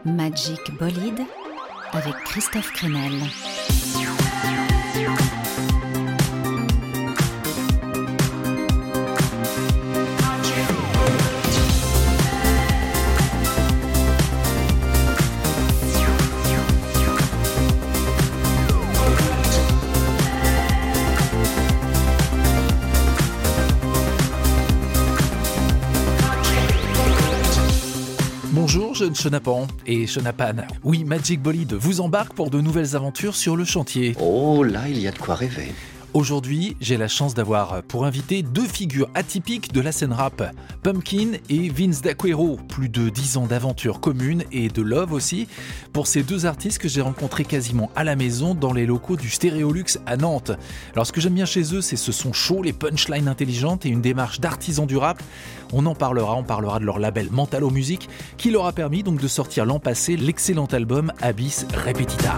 Magic Bolide avec Christophe Crenel. Bonjour jeunes chenapans et chenapan. Oui, Magic Bolide vous embarque pour de nouvelles aventures sur le chantier. Oh là, il y a de quoi rêver. Aujourd'hui, j'ai la chance d'avoir pour invité deux figures atypiques de la scène rap, Pumpkin et Vince D'Aquero. Plus de 10 ans d'aventures communes et de love aussi pour ces deux artistes que j'ai rencontrés quasiment à la maison dans les locaux du Stéréolux à Nantes. Alors ce que j'aime bien chez eux, c'est ce son chaud, les punchlines intelligentes et une démarche d'artisans du rap. On parlera de leur label Mentalo Music qui leur a permis donc de sortir l'an passé l'excellent album Abyss Repetita.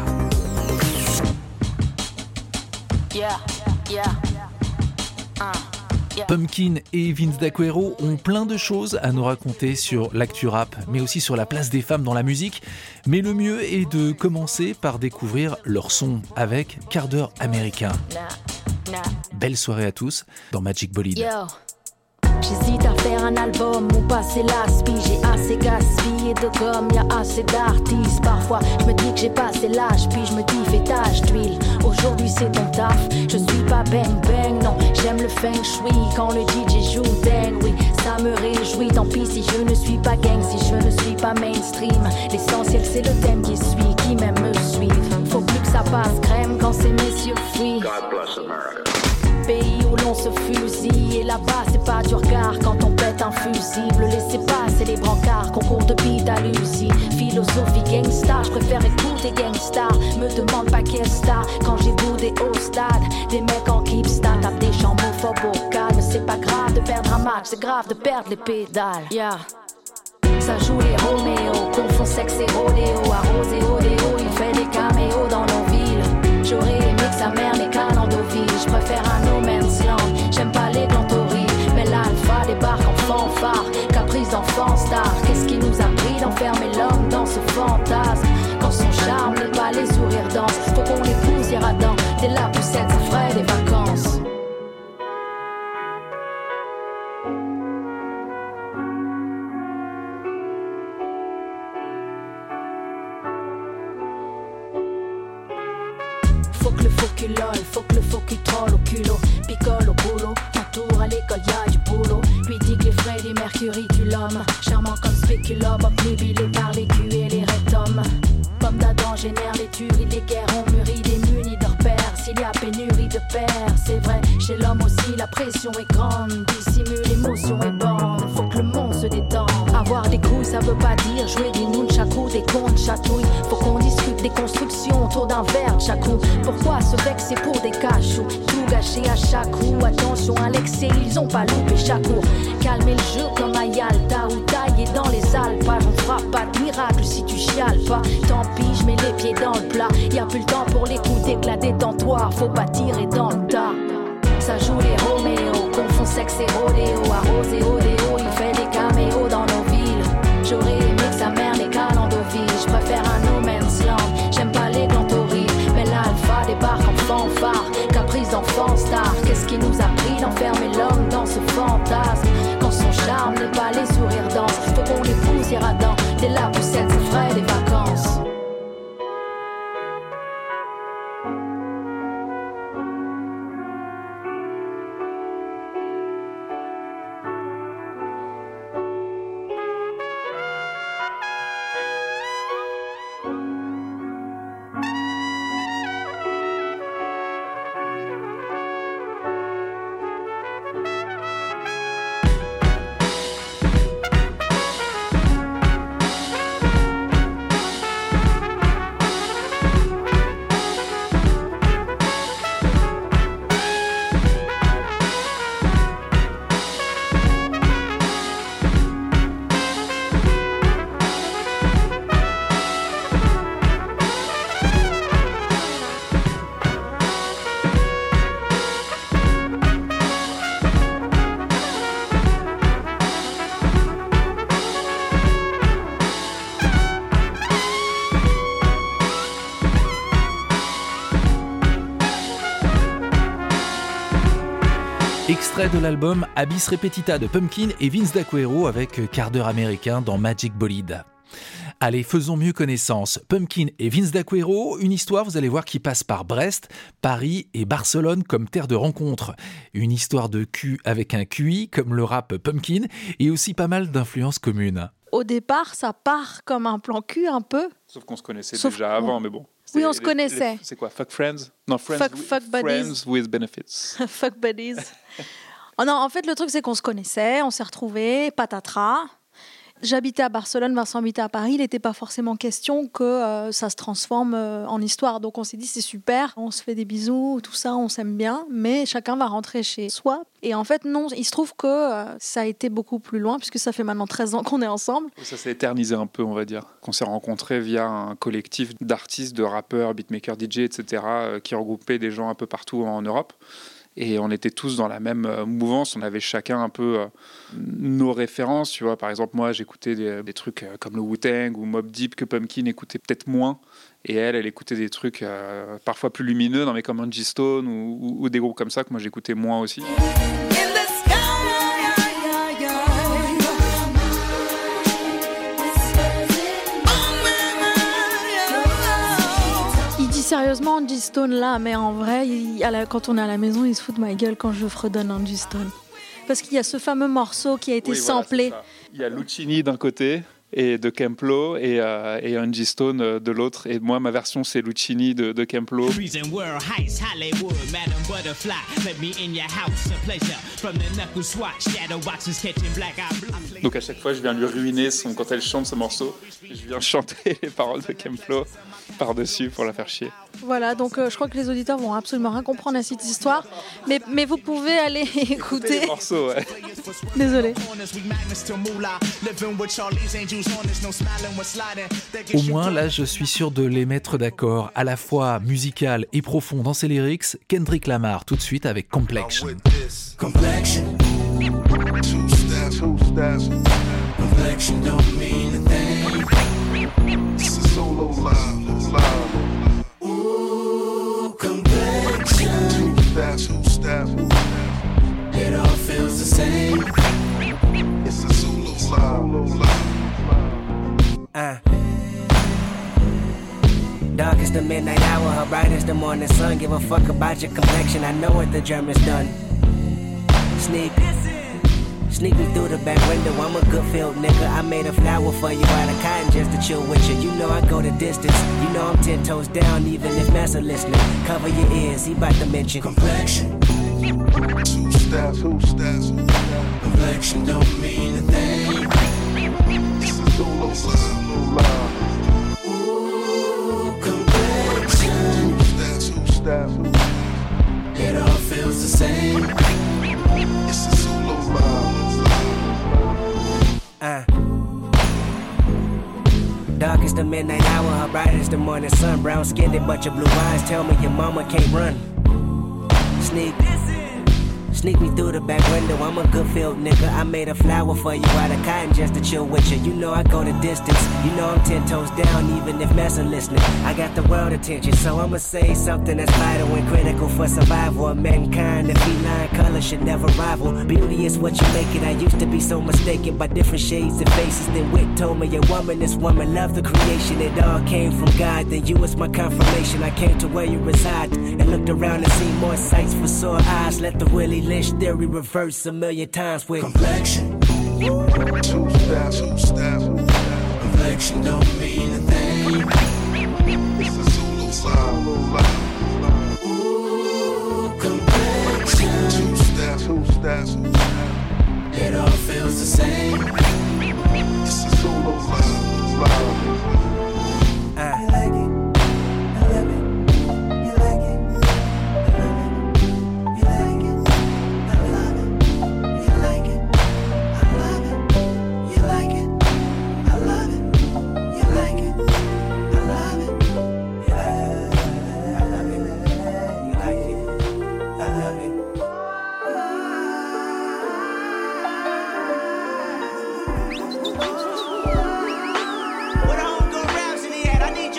Pumpkin et Vince D'Aquero ont plein de choses à nous raconter sur l'actu rap, mais aussi sur la place des femmes dans la musique. Mais le mieux est de commencer par découvrir leur son avec Quart d'heure américain. Belle soirée à tous dans Magic Bolide. Yo. J'hésite à faire un album ou passer l'aspi. J'ai assez gaspillé de gomme, y'a assez d'artistes. Parfois je me dis que j'ai passé l'âge, puis je me dis fais tâche d'huile. Aujourd'hui c'est ton taf, je suis pas bang bang, non. J'aime le feng shui quand le DJ joue dang. Oui, ça me réjouit, tant pis si je ne suis pas gang, si je ne suis pas mainstream. L'essentiel c'est le thème qui suit, qui même me suivent. Faut plus que ça passe crème quand ces messieurs fuient. God bless America. Pays où l'on se fusille. Et là-bas c'est pas du regard quand on pète un fusible. Laissez passer les brancards, concours de beat à Lucie. Philosophie gangsta, je préfère écouter gangsta. Me demande pas quelle star quand j'ai boudé au stade. Des mecs en keep stat, tapent des chants homophobes au calme. C'est pas grave de perdre un match, c'est grave de perdre les pédales. Yeah. Ça joue les Roméo, confond sexe et rodéo. Arrosé odéo, il fait des caméos dans nos villes. J'aurais aimé que sa mère n'ait qu'un an de vie. Je préfère un no man's land, j'aime pas les glantories. Mais l'alpha débarque en fanfare, caprice d'enfant star. Qu'est-ce qui nous a pris d'enfermer l'homme dans ce fantasme? Quand son charme n'est pas les sourires dansent. Faut qu'on les pousse, ira dans dès la poussette, ça ferait des vacances. Faut que le faux cul lol, faut que le faux cul troll au culot. Picole au boulot, entoure à l'école y'a du boulot. Lui dit que les Freddy Mercury tu l'homme. Charmant comme spéculum, obnubilé par les culs et les rectums. Pomme d'Adam génère les tueries, les guerres ont mûri, démunis de repères. S'il y a pénurie de pères, c'est vrai, chez l'homme aussi la pression est grande. Dissimule l'émotion est bande, faut que le monde se détende. Avoir des couilles ça veut pas dire jouer des nunchakus, des comptes chatouilles. Faut qu'on discute des constructions autour d'un verre de chaque coup. Pourquoi se vexer pour des cachous? Tout gâcher à chaque coup, attention à l'excès, ils ont pas loupé chaque cours. Calmer le jeu comme à Yalta ou tailler dans les alpages. On fera pas de miracle si tu chiales pas. Tant pis, je mets les pieds dans le plat. Y'a plus le temps pour les coups d'éclat détentoir. Faut pas tirer dans le tas. Ça joue les Roméo, confond sexe et rodéo. Arrosé odéo, il fait des caméos dans nos villes. J'aurais aimé que sa mère n'ait qu'un an de vie. Je préfère un no man's land, j'aime pas les glantories. Mais l'alpha débarque en fanfare, caprice d'enfant star. Qu'est-ce qui nous a pris d'enfermer l'homme dans ce fantasme? Quand son charme n'est pas les sourires dansent. Faut qu'on les pousse, ira dans dès la poussette, ça ferait des vacances. Extrait de l'album Abyss Repetita de Pumpkin et Vince D'Aquero avec quart d'heure américain dans Magic Bolide. Allez, faisons mieux connaissance. Pumpkin et Vince D'Aquero, une histoire, vous allez voir, qui passe par Brest, Paris et Barcelone comme terre de rencontre. Une histoire de cul avec un QI, comme le rap Pumpkin, et aussi pas mal d'influences communes. Au départ, ça part comme un plan cul un peu. Sauf qu'on se connaissait déjà avant, mais bon. Oui, on se connaissait. C'est quoi, fuck friends? Non, fuck buddies. Friends with benefits. Fuck buddies. Oh non, en fait, le truc, c'est qu'on se connaissait, on s'est retrouvés, patatras. J'habitais à Barcelone, Vincent habitait à Paris. Il n'était pas forcément question que ça se transforme en histoire. Donc on s'est dit, c'est super, on se fait des bisous, tout ça, on s'aime bien, mais chacun va rentrer chez soi. Et en fait, non, il se trouve que ça a été beaucoup plus loin, puisque ça fait maintenant 13 ans qu'on est ensemble. Ça s'est éternisé un peu, on va dire. Qu'on s'est rencontrés via un collectif d'artistes, de rappeurs, beatmakers, DJ, etc., qui regroupait des gens un peu partout en Europe. Et on était tous dans la même mouvance, on avait chacun un peu nos références, tu vois. Par exemple, moi, j'écoutais des trucs comme le Wu-Tang ou Mobb Deep que Pumpkin écoutait peut-être moins. Et elle écoutait des trucs parfois plus lumineux, mais comme Angie Stone ou des groupes comme ça que moi j'écoutais moins aussi. Sérieusement, Angie Stone là, mais en vrai, quand on est à la maison, il se fout de ma gueule quand je fredonne Angie Stone. Parce qu'il y a ce fameux morceau qui a été samplé. Voilà, il y a Lucini d'un côté et de Kemplo et Angie Stone de l'autre. Et moi, ma version, c'est Lucini de Kemplo. Donc à chaque fois, je viens lui ruiner quand elle chante ce morceau. Je viens chanter les paroles de Kemplo par-dessus pour la faire chier. Voilà, donc je crois que les auditeurs vont absolument rien comprendre à cette histoire, mais vous pouvez aller écouter les morceaux, ouais. Désolé. Au moins, là, je suis sûr de les mettre d'accord, à la fois musical et profond dans ses lyrics. Kendrick Lamar, tout de suite avec Complexion. Complexion don't mean a thing. It's a solo live. Ooh, complexion. Two-step. It all feels the same. It's a solo live. Dark as the midnight hour, her bright as the morning sun. Give a fuck about your complexion, I know what the Germans done. Sneak me through the back window, I'm a good field nigga. I made a flower for you out of cotton just to chill with you. You know I go the distance, you know I'm 10 toes down even if Massa listening. Cover your ears, he bout to mention complexion. Two steps. Complexion don't mean a thing. It's a solo love. Ooh, complexion. Two steps. It all feels the same. It's a solo love. Dark as the midnight hour, her bright as the morning sun. Brown skinned but your blue eyes tell me your mama can't run. Sneak me through the back window, I'm a good field nigga. I made a flower for you out of cotton just to chill with you. You know I go the distance, you know I'm 10 toes down even if Massa listening. I got the world attention, so I'ma say something that's vital and critical for survival of mankind. The feline color should never rival. Beauty is what you make it. I used to be so mistaken by different shades and faces. Then Wit told me a woman, this woman loved the creation. It all came from God, then you was my confirmation. I came to where you reside and looked around and seen more sights for sore eyes. Let the Willie Lynch theory reverse a million times with complexion. Two step. Complexion don't mean a thing. It's a solo live. Ooh, complexion. Two step. It all feels the same. It's a solo live. You like it? I love it. You like it?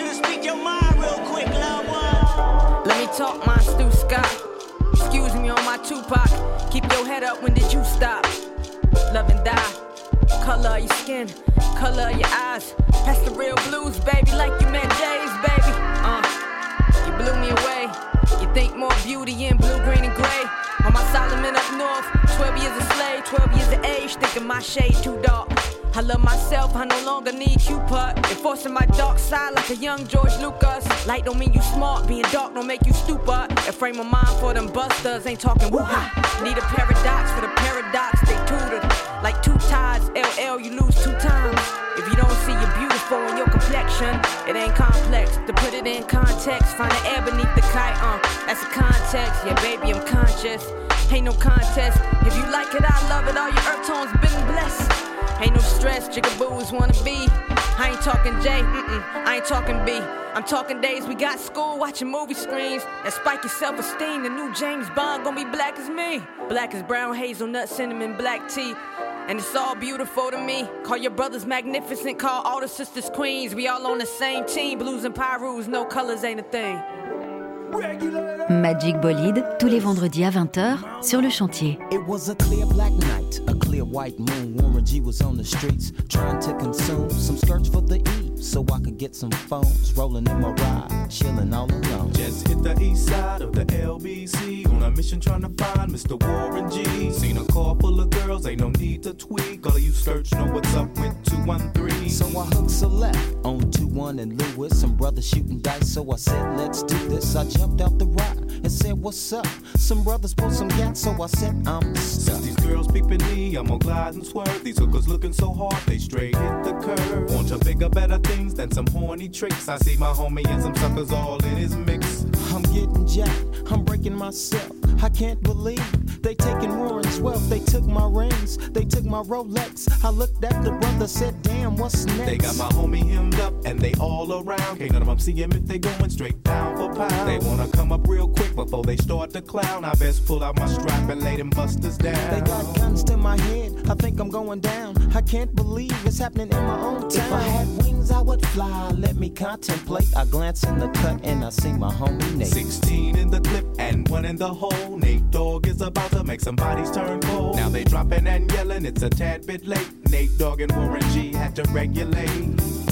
Talk my Stu Scott. Excuse me on my my Tupac. Keep your head up, when did you stop? Love and die. Color of your skin, color of your eyes. That's the real blues, baby, like you met Jay's, baby. You blew me away. You think more beauty in blue, green, and gray. On my Solomon up north, 12 years a slave, 12 years of age, thinking my shade too dark. I love myself, I no longer need Cupid. Enforcing my dark side like a young George Lucas. Light don't mean you smart, being dark don't make you stupid. A frame of mind for them busters, ain't talking woo-ha. Need a paradox for the paradox, they tutored. Like two tides, LL, you lose 2 times. If you don't see you're beautiful in your complexion, it ain't complex. To put it in context, find the air beneath the kite, that's a context. Yeah, baby, I'm conscious. Ain't no contest. If you like it, I love it. All your earth tones been blessed. Ain't no stress, jigaboos wanna be. I ain't talking J, I ain't talking B. I'm talking days we got school, watching movie screens. That spike your self-esteem, the new James Bond gon' be black as me. Black as brown, hazelnut, cinnamon, black tea. And it's all beautiful to me. Call your brothers magnificent, call all the sisters queens. We all on the same team, blues and pyrus, no colors ain't a thing. Magic Bolide, tous les vendredis à 20h sur le chantier. It was a clear black night, a clear white moon. Warren G was on the streets trying to consume some skirts for the E, so I could get some phones. Rolling in my ride, chilling all alone. Just hit the east side of the LBC on a mission trying to find Mr. Warren G. Seen a car full of girls, ain't no need to tweak. All of you skirts know what's up with 213. So I hooked a left on 21 and Lewis. Some brothers shooting dice, so I said, let's do this. I jumped out the ride and said, what's up? Some brothers pulled some gas, so I said, I'm stuck. Since these girls peeping me, I'm gonna glide and swerve. These hookers looking so hard, they straight hit the curve. Want to bigger, better things than some horny tricks. I see my homie and some suckers all in his mix. I'm getting jacked, I'm breaking myself. I can't believe they taking Warren's wealth. They took my rings, they took my Rolex. I looked at the brother, said, damn, what's next? They got my homie hemmed up and they all around. Can't none of them see him if they going straight pound for pound. They wanna come up real quick before they start to clown. I best pull out my strap and lay them busters down. They got guns to my head, I think I'm going down. I can't believe it's happening in my own town. If I had wings, I would fly, let me contemplate. I glance in the cut and I see my homie Nate. 16 in the clip and 1 in the hole. Nate Dogg is about to make some bodies turn cold. Now they dropping and yelling, it's a tad bit late. Nate Dogg and Warren G had to regulate.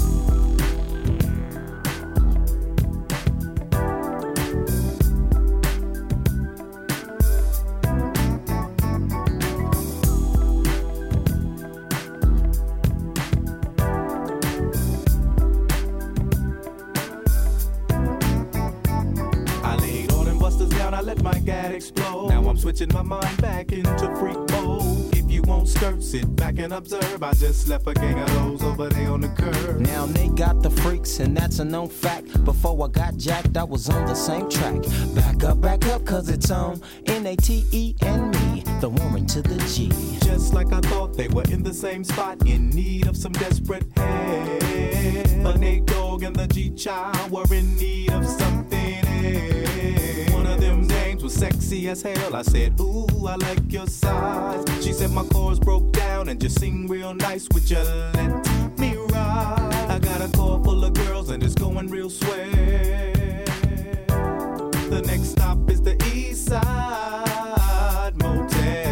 Explode. Now I'm switching my mind back into freak mode. If you won't skirt, sit back and observe. I just left a gang of those over there on the curb. Now they got the freaks and that's a known fact. Before I got jacked, I was on the same track. Back up, cause it's on N-A-T-E and me, the Warren to the G. Just like I thought, they were in the same spot, in need of some desperate help. But Nate Dogg and the G-Child were in need of something else. One of them dames was sexy as hell. I said, ooh, I like your size. She said my chords broke down and just sing real nice. Would you let me ride? I got a car full of girls and it's going real swell. The next stop is the East Side Motel.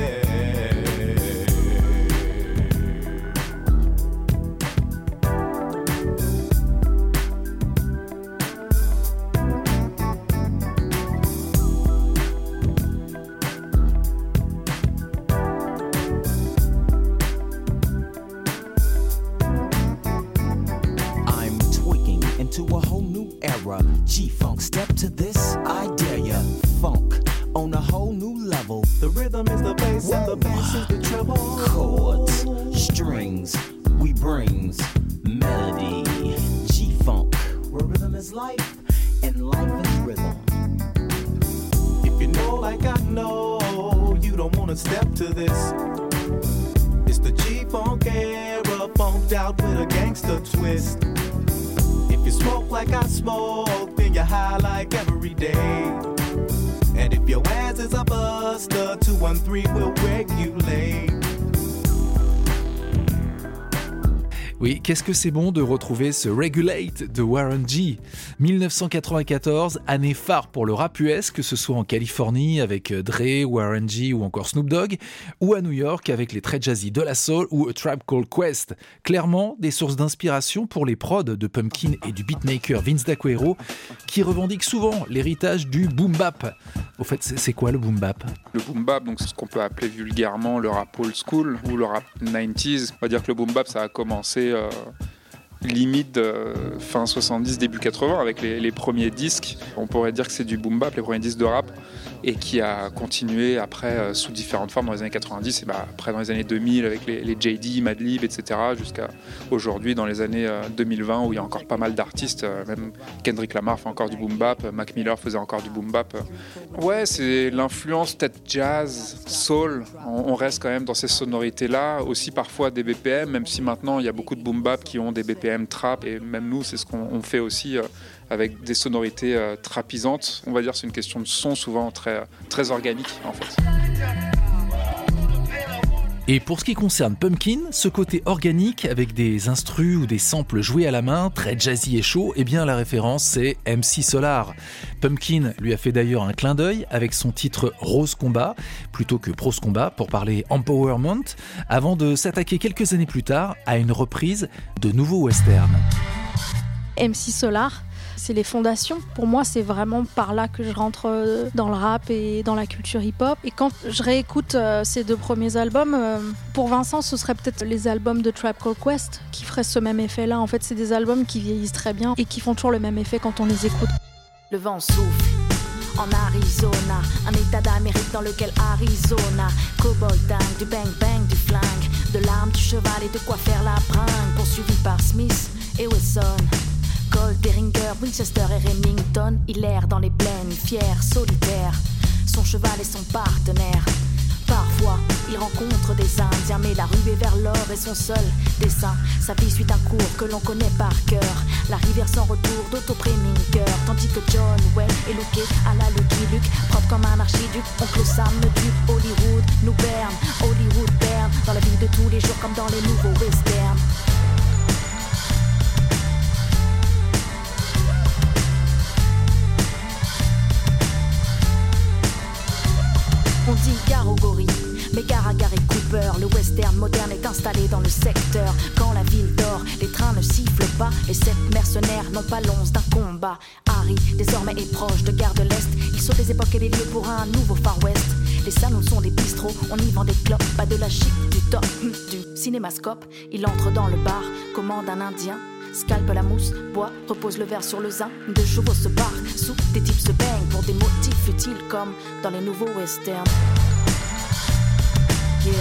To a whole new era, G-Funk, step to this, I dare ya. Funk on a whole new level. The rhythm is the bass and the bass is the treble. Chords, strings, we brings melody. G-Funk, where rhythm is life and life is rhythm. If you know like I know, you don't wanna step to this. It's the G-Funk era, funked out with a gangster twist. If you smoke like I smoke, then you're high like every day. And if your ass is a buster, 213 will regulate. Oui, qu'est-ce que c'est bon de retrouver ce Regulate de Warren G. 1994, année phare pour le rap US, que ce soit en Californie avec Dre, Warren G ou encore Snoop Dogg, ou à New York avec les très jazzy De La Soul ou A Tribe Called Quest. Clairement, des sources d'inspiration pour les prods de Pumpkin et du beatmaker Vince D'Aquero, qui revendiquent souvent l'héritage du boom bap. Au fait, c'est quoi le boom bap ? Le boom bap, donc c'est ce qu'on peut appeler vulgairement le rap old school ou le rap 90s. On va dire que le boom bap, ça a commencé limite fin 70, début 80 avec les premiers disques. On pourrait dire que c'est du boom bap, les premiers disques de rap, et qui a continué après sous différentes formes dans les années 90 et après dans les années 2000 avec les JD, Madlib, etc. jusqu'à aujourd'hui dans les années 2020 où il y a encore pas mal d'artistes, même Kendrick Lamar fait encore du boom bap, Mac Miller faisait encore du boom bap. Ouais, c'est l'influence peut-être jazz, soul, on reste quand même dans ces sonorités-là, aussi parfois des BPM, même si maintenant il y a beaucoup de boom bap qui ont des BPM trap, et même nous c'est ce qu'on fait aussi avec des sonorités trapisantes. On va dire c'est une question de son souvent très, très organique en fait. Et pour ce qui concerne Pumpkin, ce côté organique avec des instrus ou des samples joués à la main, très jazzy et chaud, eh bien la référence c'est MC Solar. Pumpkin lui a fait d'ailleurs un clin d'œil avec son titre Rose Combat, plutôt que Prose Combat pour parler Empowerment, avant de s'attaquer quelques années plus tard à une reprise de nouveaux westerns. MC Solar, c'est les fondations. Pour moi, c'est vraiment par là que je rentre dans le rap et dans la culture hip-hop. Et quand je réécoute ces deux premiers albums, pour Vincent, ce serait peut-être les albums de Tribe Called Quest qui feraient ce même effet-là. En fait, c'est des albums qui vieillissent très bien et qui font toujours le même effet quand on les écoute. Le vent souffle en Arizona, un état d'Amérique dans lequel Arizona, cowboy time, du bang bang, du flingue, de l'arme, du cheval et de quoi faire la bringue, poursuivi par Smith et Wesson. Colt, Derringer, Winchester et Remington, il erre dans les plaines, fier, solitaire, son cheval est son partenaire. Parfois, il rencontre des Indiens, mais la rue est vers l'or et son seul dessin. Sa vie suit un cours que l'on connaît par cœur, la rivière sans retour d'Otto Preminger. Tandis que John Wayne est looké à la Lucky Luke, propre comme un archiduc, oncle Sam me tue. Hollywood nous berne, Hollywood berne, dans la vie de tous les jours comme dans les nouveaux westerns. On dit gare aux gorilles, mais gare à Gary Cooper. Le western moderne est installé dans le secteur. Quand la ville dort, les trains ne sifflent pas. Les 7 mercenaires n'ont pas l'once d'un combat. Harry, désormais est proche de Gare de l'Est. Il saute les époques et les lieux pour un nouveau Far West. Les salons sont des bistrots, on y vend des clopes. Pas de la chic, du top, du cinémascope. Il entre dans le bar, commande un indien. Scalpe la mousse, boit, repose le verre sur le zin. 2 chevaux se parquent, sous des types se baignent pour des motifs futiles comme dans les nouveaux westerns. Yeah.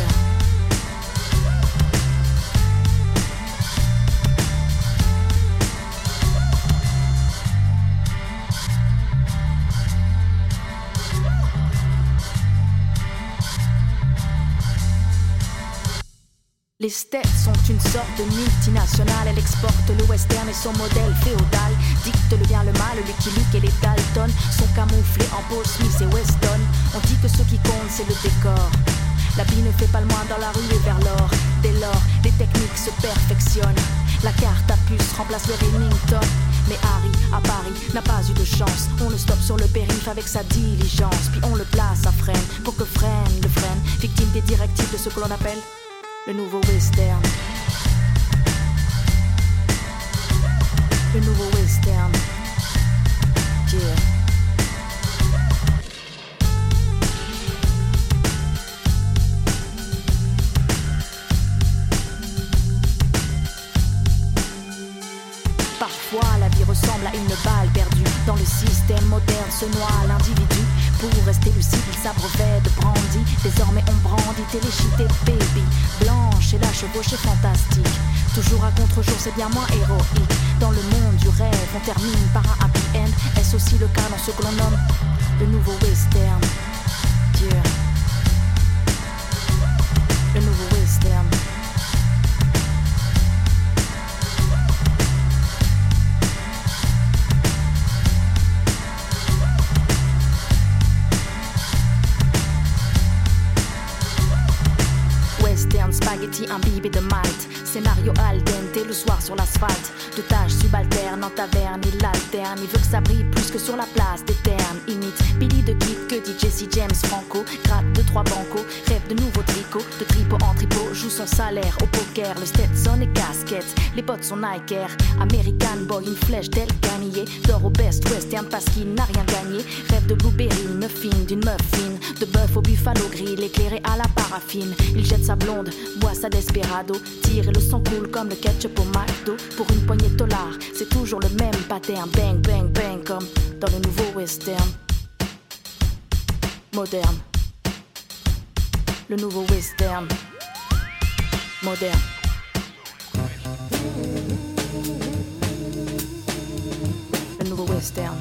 Les States sont une sorte de multinationale. Elle exporte le western et son modèle féodal. Dicte le bien, le mal, Lucky Luke et les Dalton sont camouflés en Paul Smith et Weston. On dit que ce qui compte c'est le décor. L'habit ne fait pas le moins dans la rue et vers l'or. Dès lors, les techniques se perfectionnent. La carte à puce remplace le Remington. Mais Harry, à Paris, n'a pas eu de chance. On le stoppe sur le périph' avec sa diligence. Puis on le place à freine pour que freine le freine. Victime des directives de ce que l'on appelle le nouveau western. Le nouveau western. Yeah. Parfois la vie ressemble à une balle perdue. Dans le système moderne se noie l'individu. Pour rester lucide, il s'abreuve de brandy. Désormais on brandit téléchité baby. Blanche et la chevauchée fantastique. Toujours à contre-jour, c'est bien moins héroïque. Dans le monde du rêve, on termine par un happy end. Est-ce aussi le cas dans ce que l'on nomme le nouveau western? Yeah. Le nouveau western. Spaghetti imbibé de malt, Scénario al dente, le soir sur l'asphalte. De tâches subalternes en taverne, il alterne. Il veut que ça brille plus que sur la place des ternes. Imite Billy de Kid que dit Jesse James Franco. Gratte 2-3 bancos, rêve de nouveaux tricots. De tripot en tripot, joue son salaire au poker. Le Stetson et casquette, les potes sont Nike Air. American boy, une flèche d'El Canillier. Dort au Best Western parce qu'il n'a rien gagné. Rêve de blueberry, muffin, d'une muffine. De bœuf au buffalo grill, éclairé à la paraffine. Il jette sa blonde, boit sa desperado. Tire et le sang coule comme le ketchup au McDo. Pour une poignée de dollars, c'est toujours le même pattern. Bang, bang, bang, comme dans le nouveau western. Moderne. Le nouveau western. Moderne. Le nouveau western.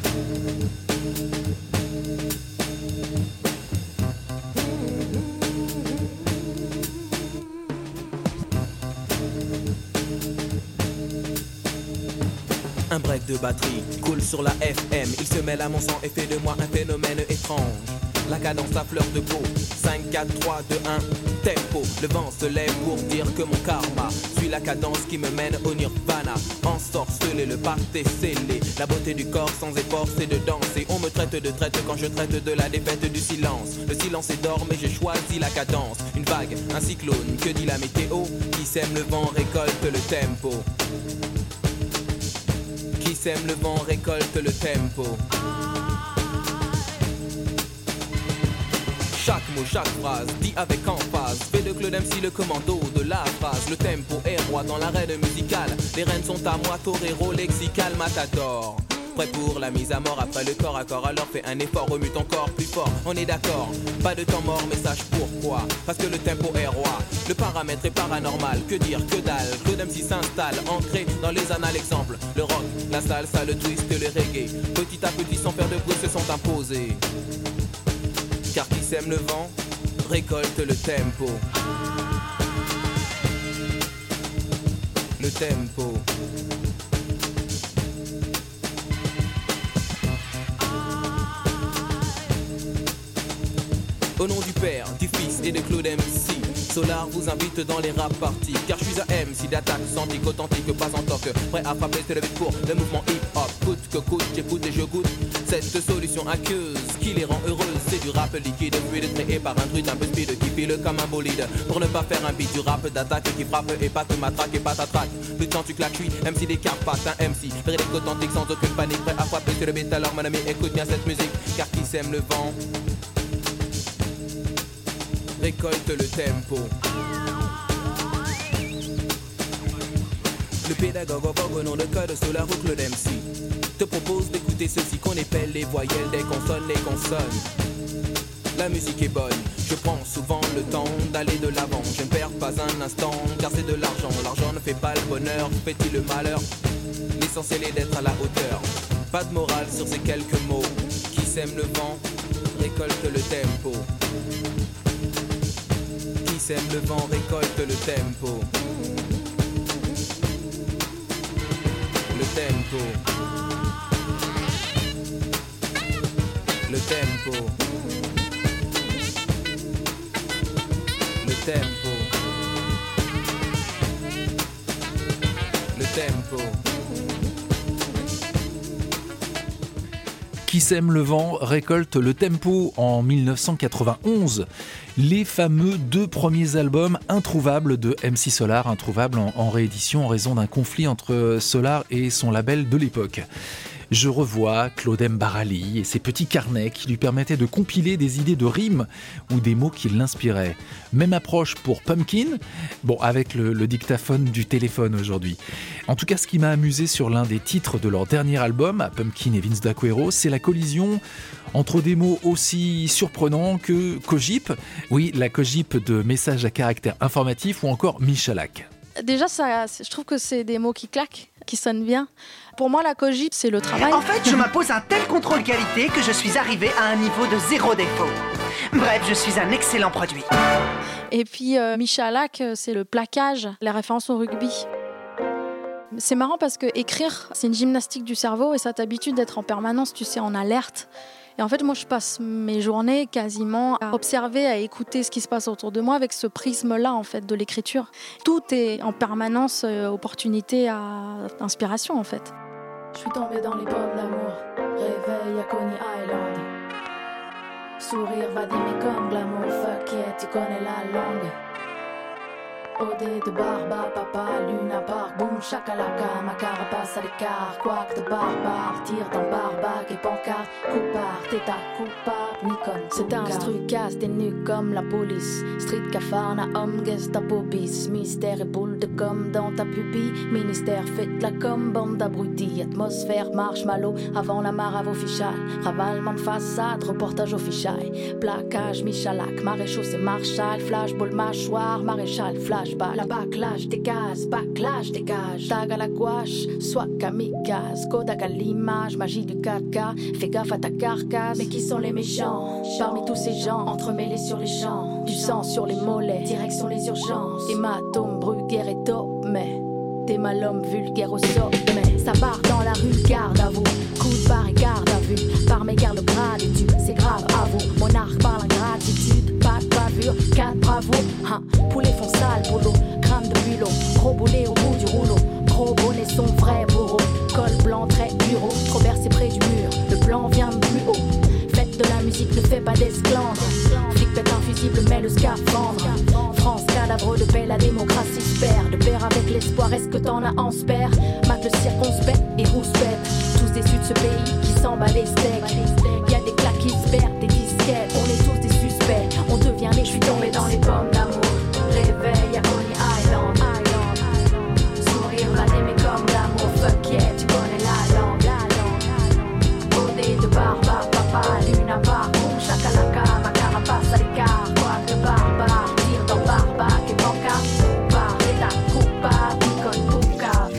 Un break de batterie coule sur la FM. Il se mêle à mon sang et fait de moi un phénomène étrange. La cadence à fleur de peau. 5, 4, 3, 2, 1, tempo. Le vent se lève pour dire que mon karma suit la cadence qui me mène au nirvana. Ensorcelé, le pacte est scellé. La beauté du corps sans effort c'est de danser. On me traite de traite quand je traite de la défaite du silence. Le silence est d'or mais j'ai choisi la cadence. Une vague, un cyclone, que dit la météo? Qui sème le vent récolte le tempo. Qui sème le vent récolte le tempo. Chaque mot, chaque phrase, dit avec emphase. Fait de Claude MC le commando de la phrase. Le tempo est roi dans l'arène musicale. Les rênes sont à moi, torero, lexical, matador. Prêt pour la mise à mort après le corps à corps. Alors fais un effort, remue ton corps plus fort. On est d'accord, pas de temps mort mais sache pourquoi. Parce que le tempo est roi. Le paramètre est paranormal, que dire, que dalle. Claude MC s'installe, ancré dans les annales. Exemple, le rock, la salsa, le twist, le reggae. Petit à petit sans faire de bruit se sont imposés. Car qui sème le vent récolte le tempo. Le tempo. Au nom du Père, du Fils et de Claude MC, Solar vous invite dans les rap parties. Car je suis un MC d'attaque, santique, authentique, pas en toc. Prêt à frapper, se lever pour le mouvement hip-hop. Coûte que coûte, j'écoute et je goûte cette solution aqueuse qui les rend heureuses. C'est du rap liquide, fluide, créé par un truc un peu speed qui file comme un bolide. Pour ne pas faire un beat, du rap d'attaque qui frappe et pas te matraque et pas t'attraque. Plus de temps tu claques, je suis MC des Carpates, un MC vrai authentique sans aucune panique, prêt à frapper sur le beat. Alors mon ami, écoute bien cette musique, car qui sème le vent récolte le tempo. Le pédagogue en vogue au nom de code Solar ou Claude MC te propose d'écouter ceci qu'on épelle les voyelles des consonnes, les consonnes. La musique est bonne, je prends souvent le temps d'aller de l'avant. Je ne perds pas un instant car c'est de l'argent. L'argent ne fait pas le bonheur, fait-il le malheur? L'essentiel est d'être à la hauteur. Pas de morale sur ces quelques mots. Qui sème le vent récolte le tempo. Qui sème le vent récolte le tempo. Le tempo. Le tempo. Le tempo. Le tempo. Qui sème le vent récolte le tempo en 1991. Les fameux 2 premiers albums introuvables de MC Solar, introuvables en réédition en raison d'un conflit entre Solar et son label de l'époque. Je revois Claude Mbarali et ses petits carnets qui lui permettaient de compiler des idées de rimes ou des mots qui l'inspiraient. Même approche pour Pumpkin, bon, avec le dictaphone du téléphone aujourd'hui. En tout cas, ce qui m'a amusé sur l'un des titres de leur dernier album, à Pumpkin et Vince D'Aquero, c'est la collision entre des mots aussi surprenants que Cogip, oui, la Cogip de messages à caractère informatif, ou encore Michalak. Déjà, je trouve que c'est des mots qui claquent, qui sonnent bien. Pour moi, la Cogip, c'est le travail. En fait, je m'impose un tel contrôle qualité que je suis arrivé à un niveau de 0 défaut. Bref, je suis un excellent produit. Et puis, Michalak, c'est le plaquage, la référence au rugby. C'est marrant parce que écrire, c'est une gymnastique du cerveau et ça t'habitue d'être en permanence, tu sais, en alerte. Et en fait, moi, je passe mes journées quasiment à observer, à écouter ce qui se passe autour de moi avec ce prisme-là, en fait, de l'écriture. Tout est en permanence opportunité à inspiration, en fait. Je suis tombée dans les pommes d'amour, réveil à Coney Island. Sourire va d'aimer comme glamour, fuck yeah, tu connais la langue. Odé de barba, papa, lune à part, boum, chakalaka, ma carapace à l'écart, quack de barbare, tire dans barbac et pancarte, coupard, t'es à coupard, Nikon. C'est un truc casse des nuques comme la police, street cafard, na homme, Gestapo bis, mystère et boule de com dans ta pupille, ministère, faites la com, bande d'abrutis, atmosphère, marshmallow, avant la mare à vos fichales, ravalement de façade, reportage au fichaille, plaquage, Michalak, maréchaux, c'est Marshall, flashball, mâchoire, maréchal, flash. La backlash dégage, tag à la gouache, soit kamikaze, Kodak à l'image, magie du 4K, fais gaffe à ta carcasse. Mais qui sont les méchants parmi tous ces gens, entremêlés sur les champs, du sang sur les mollets, direction les urgences, hématome, Bruguère et mais t'es mal homme vulgaire au sommet, ça barre dans la rue, garde à vous, coup de barre et garde à vue, par mes gardes gratitude, c'est grave à vous, monarque par la gratitude, pas de bavure, 4 bravo, hein, poulet font sale boulot, crâne de bulot, gros boulet au bout du rouleau, gros bonnet son vrai bourreau, col blanc, trait bureau, trop versé près du mur, le plan vient de plus haut, faites de la musique, ne fait pas d'esclandre, flic pète invisible mais le scaphandre, France, cadavre de paix, la démocratie se perd, de pair avec l'espoir, est-ce que t'en as en spare, mate le circonspect et rouspète, tous déçus de ce pays qui s'emballe les steaks, y'a des claques qui se perdent, des disquettes, on est tous des suspects, on devient les, je suis tombé dans les pommes d'amour, réveil à Coney Island, sourire va d'aimer comme l'amour, fuck yeah, tu connais la langue, Odé de barba, papa, lune à part, boum, chakalaka, ma carapace à l'écart, quoi que barbare, tire dans barbac et pancarte, coupard, t'es à coupard, Nikon, poucave.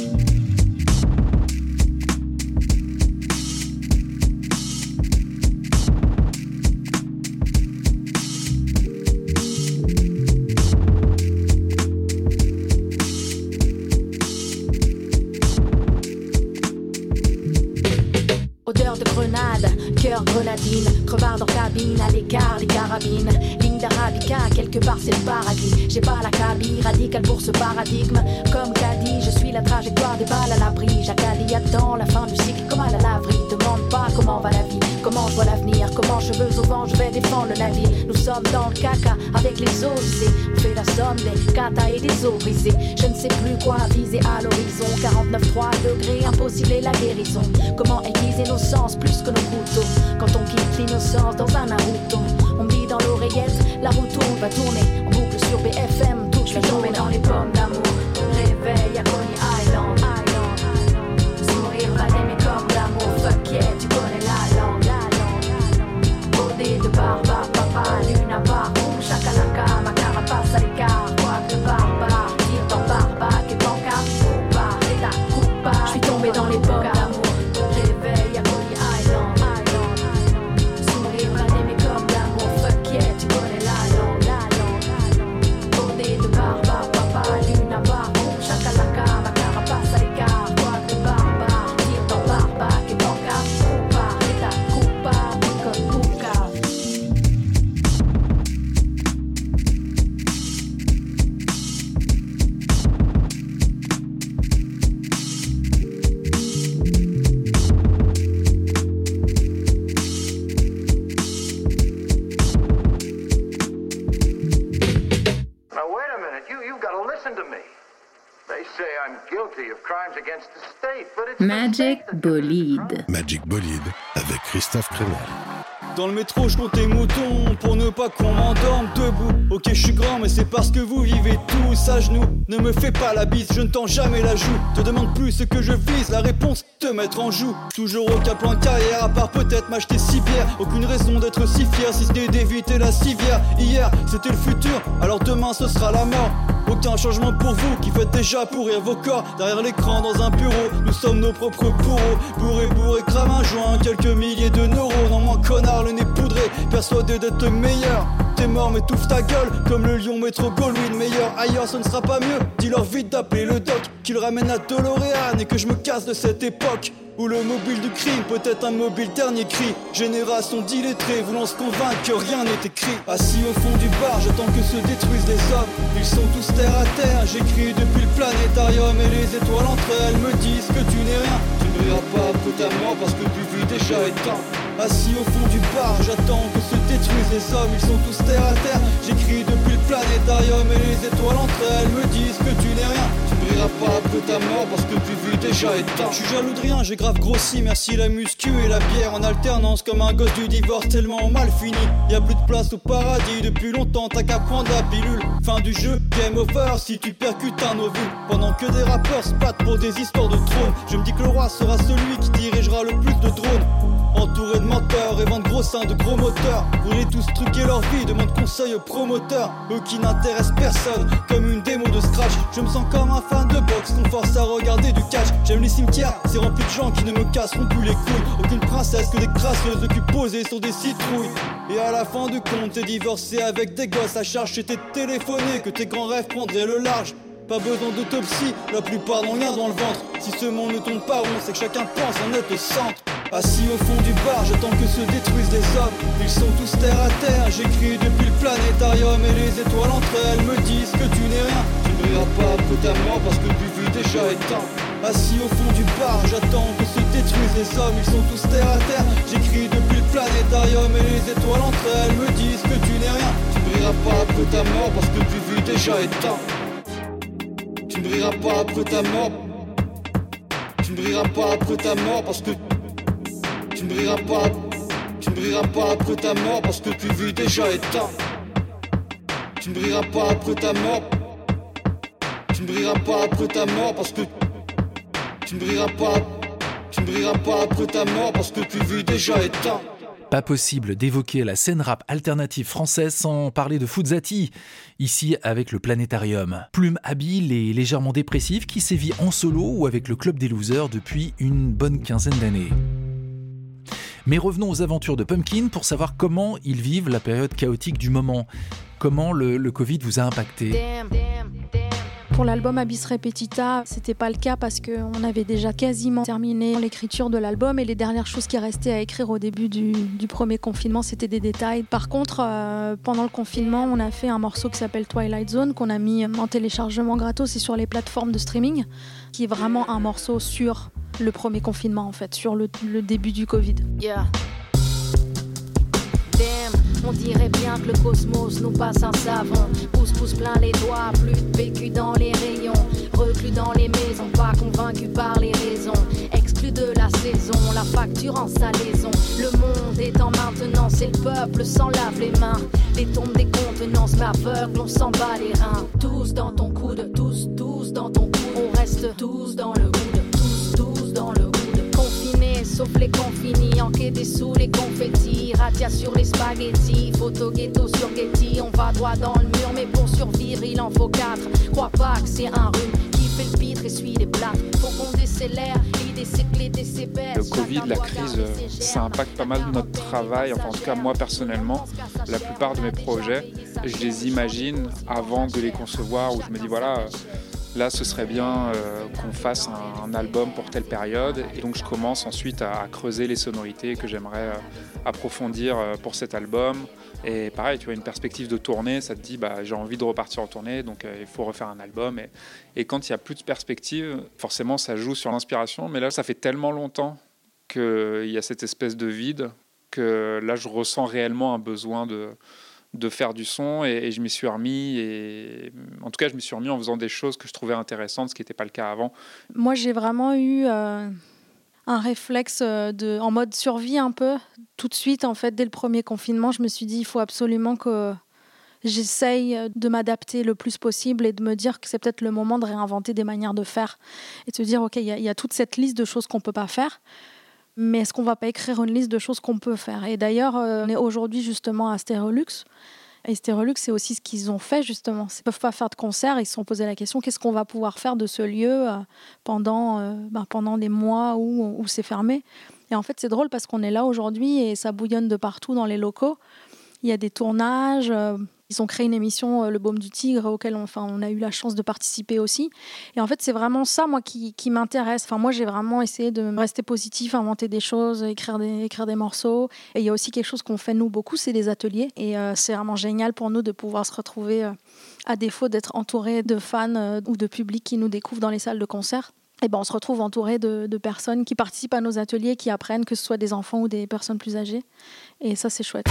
Odeur de grenade, cœur grenadine, crevard en cabine, à l'écart des carabines, ligne d'arabica, quelque part c'est le paradis, j'ai pas la cabine radicale pour ce paradigme, comme Caddy, je suis la trajectoire des balles à l'abri, Jacali attend la fin du cycle comme à la laverie, demande pas comment va la vie, comment je vois l'avenir, comment cheveux au vent je vais défendre le navire, nous sommes dans le caca avec les eaux usées, on fait la somme des katas et des os brisés, je ne sais plus quoi viser à l'horizon, 49,3 degrés, impossible et la guérison, comment aiguiser nos sens plus que nos couteaux, quand on quitte l'innocence dans un Naruto, on me dit dans l'oreillette, la roue tourne, va tourner, en boucle sur BFM, toute la journée dans les pommes d'amour, réveil à Coney Island, sourire va d'aimer comme l'amour, fuck yeah, tu connais la langue, Odé de barba, papa, lune à part, boum, chakalaka, ma carapace à l'écart, quoi que barbare, tire dans barbac et pancarte, coupard, t'es à coupard, j'suis tombé dans les pommes d'amour, réveil à Coney Island, sourire va d'aimer comme l'amour, fuck yeah, tu connais la langue, Odé de barba, papa, lune à part, boum, chakalaka, ma carapace à l'écart, quoi que barbare, tire dans barbac et pancarte, coupard, t'es à coupard, Nikon, poucave. Now, wait a minute. You've got to listen to me. They say I'm guilty of crimes against the state, but it's Magic Bolide. Magic Bolide avec Christophe Crénel. Dans le métro, je compte les moutons pour ne pas qu'on m'endorme debout. Ok, je suis grand, mais c'est parce que vous vivez tous à genoux. Ne me fais pas la bise, je ne tends jamais la joue. Te demande plus ce que je vise, la réponse, te mettre en joue. Toujours aucun plan de carrière, à part peut-être m'acheter 6 bières. Aucune raison d'être si fier, si ce n'est d'éviter la civière. Hier, c'était le futur, alors demain ce sera la mort. Aucun changement pour vous, qui faites déjà pourrir vos corps. Derrière l'écran dans un bureau, nous sommes nos propres bourreaux. Bourré, crame un joint, quelques milliers de neurones. En moins connard, le nez poudré, persuadé d'être le meilleur. T'es mort mais touffe ta gueule, comme le lion métro Goldwyn. Meilleur ailleurs ce ne sera pas mieux, dis-leur vite d'appeler le doc. qu'il ramène à DeLorean et que je me casse de cette époque où le mobile du crime peut être un mobile dernier cri. Génération d'illettrés voulant se convaincre que rien n'est écrit. Assis au fond du bar, j'attends que se détruisent les hommes. Ils sont tous terre à terre, j'écris depuis le planétarium et les étoiles entre elles me disent que tu n'es rien. Tu ne brilleras pas après ta mort parce que tu vis déjà éteint. Assis au fond du bar, j'attends que se détruisent les hommes. Ils sont tous terre à terre, j'écris depuis le planétarium et les étoiles entre elles me disent que tu n'es rien. Tu ne brilleras pas après ta mort parce que tu vis déjà éteint. Je suis jaloux de rien, j'ai grave grossi, merci la muscu et la bière en alternance. Comme un gosse du divorce tellement mal fini. Y'a plus de place au paradis depuis longtemps, t'as qu'à prendre la pilule. Fin du jeu, game over si tu percutes un ovule. Pendant que des rappeurs se battent pour des histoires de trône, je me dis que le roi sera celui qui dirigera le plus de drones. Entouré de menteurs et vendent gros seins de gros moteurs. Voulaient tous truquer leur vie, demande conseil aux promoteurs. Eux qui n'intéressent personne, comme une démo de scratch. Je me sens comme un fan de boxe qu'on force à regarder du catch. J'aime les cimetières, c'est rempli de gens qui ne me casseront plus les couilles. Aucune princesse que des crasseuses de cul posées sur des citrouilles. Et à la fin du compte, t'es divorcé avec des gosses à charge. T'es téléphoné que tes grands rêves prendraient le large. Pas besoin d'autopsie, la plupart n'ont rien dans le ventre. Si ce monde ne tombe pas rond, c'est que chacun pense en être au centre. Assis au fond du bar, j'attends que se détruisent les hommes. Ils sont tous terre à terre, j'écris depuis le planétarium et les étoiles entre elles me disent que tu n'es rien. Tu ne brilleras pas après ta mort parce que tu vis déjà éteint. Assis au fond du bar, j'attends que se détruisent les hommes. Ils sont tous terre à terre, j'écris depuis le planétarium et les étoiles entre elles me disent que tu n'es rien. Tu ne brilleras pas après ta mort parce que tu vis déjà éteint. Tu ne brilleras pas après ta mort. Tu ne brilleras pas après ta mort parce que tu ne brilleras pas après ta mort parce que tu vis déjà éteint. Tu ne brilleras pas après ta mort. Tu ne brilleras pas après ta mort parce que tu ne brilleras pas après ta mort parce que tu vis déjà éteint. Pas possible d'évoquer la scène rap alternative française sans parler de Fouzati, ici avec le Planétarium. Plume habile et légèrement dépressif qui sévit en solo ou avec le Club des Losers depuis une bonne quinzaine d'années. Mais revenons aux aventures de Pumpkin pour savoir comment ils vivent la période chaotique du moment. Comment le Covid vous a impacté ? Pour l'album Abyss Repetita, c'était pas le cas parce qu'on avait déjà quasiment terminé l'écriture de l'album et les dernières choses qui restaient à écrire au début du premier confinement, c'était des détails. Par contre, pendant le confinement, on a fait un morceau qui s'appelle Twilight Zone qu'on a mis en téléchargement gratos et sur les plateformes de streaming, qui est vraiment un morceau sur le premier confinement en fait, sur le début du Covid. Yeah. Damn. On dirait bien que le cosmos nous passe un savon. Pousse plein les doigts, plus de PQ dans les rayons. Reclus dans les maisons, pas convaincus par les raisons. Exclus de la saison, la facture en salaison. Le monde est en maintenance et le peuple s'en lave les mains. Les tombes des contenances m'aveuglent, on s'en bat les reins. Tous dans ton coude, tous dans ton coude. On reste tous dans le coude, tous dans le coude. Confinés, sauf les confinis, enquêtés sous les confettis. Radia sur les spaghettis, photo ghetto sur Getty. On va droit dans le mur, mais pour survivre il en faut 4. Crois pas que c'est un rhume qui fait le pitre et suit les plaques. Faut qu'on décélère, l'idée c'est que les décébères. Le Covid, la crise, ça impacte pas mal notre travail. Enfin, en tout cas, moi personnellement, la plupart de mes projets, je les imagine avant de les concevoir, où je me dis voilà. Là, ce serait bien qu'on fasse un album pour telle période. Et donc, je commence ensuite à creuser les sonorités que j'aimerais approfondir pour cet album. Et pareil, tu vois, une perspective de tournée, ça te dit, j'ai envie de repartir en tournée, donc il faut refaire un album. Et quand il n'y a plus de perspective, forcément, ça joue sur l'inspiration. Mais là, ça fait tellement longtemps qu'il y a cette espèce de vide que là, je ressens réellement un besoin de faire du son et je m'y suis remis en tout cas je m'y suis remis en faisant des choses que je trouvais intéressantes, ce qui n'était pas le cas avant. Moi j'ai vraiment eu un réflexe en mode survie un peu tout de suite en fait. Dès le premier confinement je me suis dit il faut absolument que j'essaye de m'adapter le plus possible et de me dire que c'est peut-être le moment de réinventer des manières de faire et de se dire ok, il y a toute cette liste de choses qu'on ne peut pas faire. Mais est-ce qu'on ne va pas écrire une liste de choses qu'on peut faire ? Et d'ailleurs, on est aujourd'hui justement à Stereolux. Et Stereolux, c'est aussi ce qu'ils ont fait justement. Ils ne peuvent pas faire de concert. Ils se sont posé la question, qu'est-ce qu'on va pouvoir faire de ce lieu pendant des mois où c'est fermé ? Et en fait, c'est drôle parce qu'on est là aujourd'hui et ça bouillonne de partout dans les locaux. Il y a des tournages. Ils ont créé une émission, Le Baume du Tigre, auquel on a eu la chance de participer aussi. Et en fait, c'est vraiment ça, moi, qui m'intéresse. Enfin, moi, j'ai vraiment essayé de rester positif, inventer des choses, écrire des morceaux. Et il y a aussi quelque chose qu'on fait, nous, beaucoup, c'est des ateliers. Et c'est vraiment génial pour nous de pouvoir se retrouver, à défaut d'être entouré de fans ou de public qui nous découvrent dans les salles de concert. Et on se retrouve entouré de personnes qui participent à nos ateliers, qui apprennent, que ce soit des enfants ou des personnes plus âgées. Et ça, c'est chouette.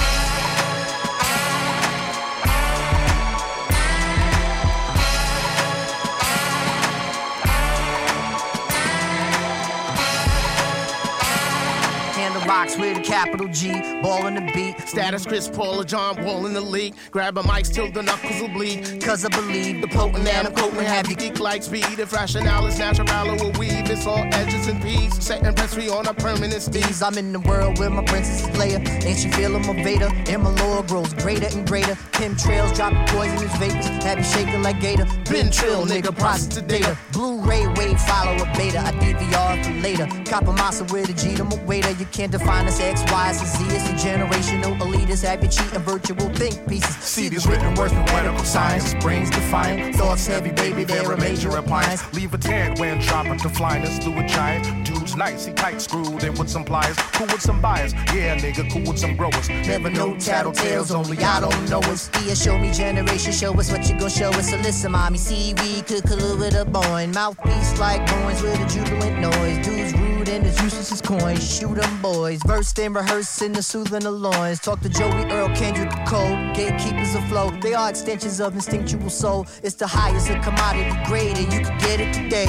Box with a capital G, ball in the beat. Status Chris Paul or John Wall in the league. Grab a mic till the knuckles will bleed. Cause I believe the potent and I'm potent have you geek like speed. If rationale is natural, will weave. It's all edges and peas. Setting press free on a permanent steez. I'm in the world where my princess is Leia. Ain't she feeling my Vader? And my lore grows greater and greater. Chemtrails dropping poisonous vapors. Have you shaking like Gator? Been trill, nigga, process the data. Blu-ray wave, follow a beta. I DVR for later. Copper massa with a G to my waiter. You can't define us X, Y, and Z. It's a generational elitist. Have you cheating virtual think pieces. See these written words with medical science. Brains defiant. Thoughts heavy, baby, they're a major appliance. Leave a tad when dropping to flyness through a giant. Dude's nice, he tight screwed in with some pliers. Cool with some buyers. Yeah, nigga, cool with some growers. Never know tattletales, only I don't know us. Yeah, show me generation, show us what you gon' show us. So listen, mommy, seaweed, cook a little bit of bone. Mouthpiece like bones with a jubilant noise. Dudes rude and as useless as coins. Shoot 'em boys. Versed and rehearsed in the soothing the loins. Talk to Joey, Earl, Kendrick, Cole. Gatekeepers afloat. They are extensions of instinctual soul. It's the highest of commodity grade and you can get it today.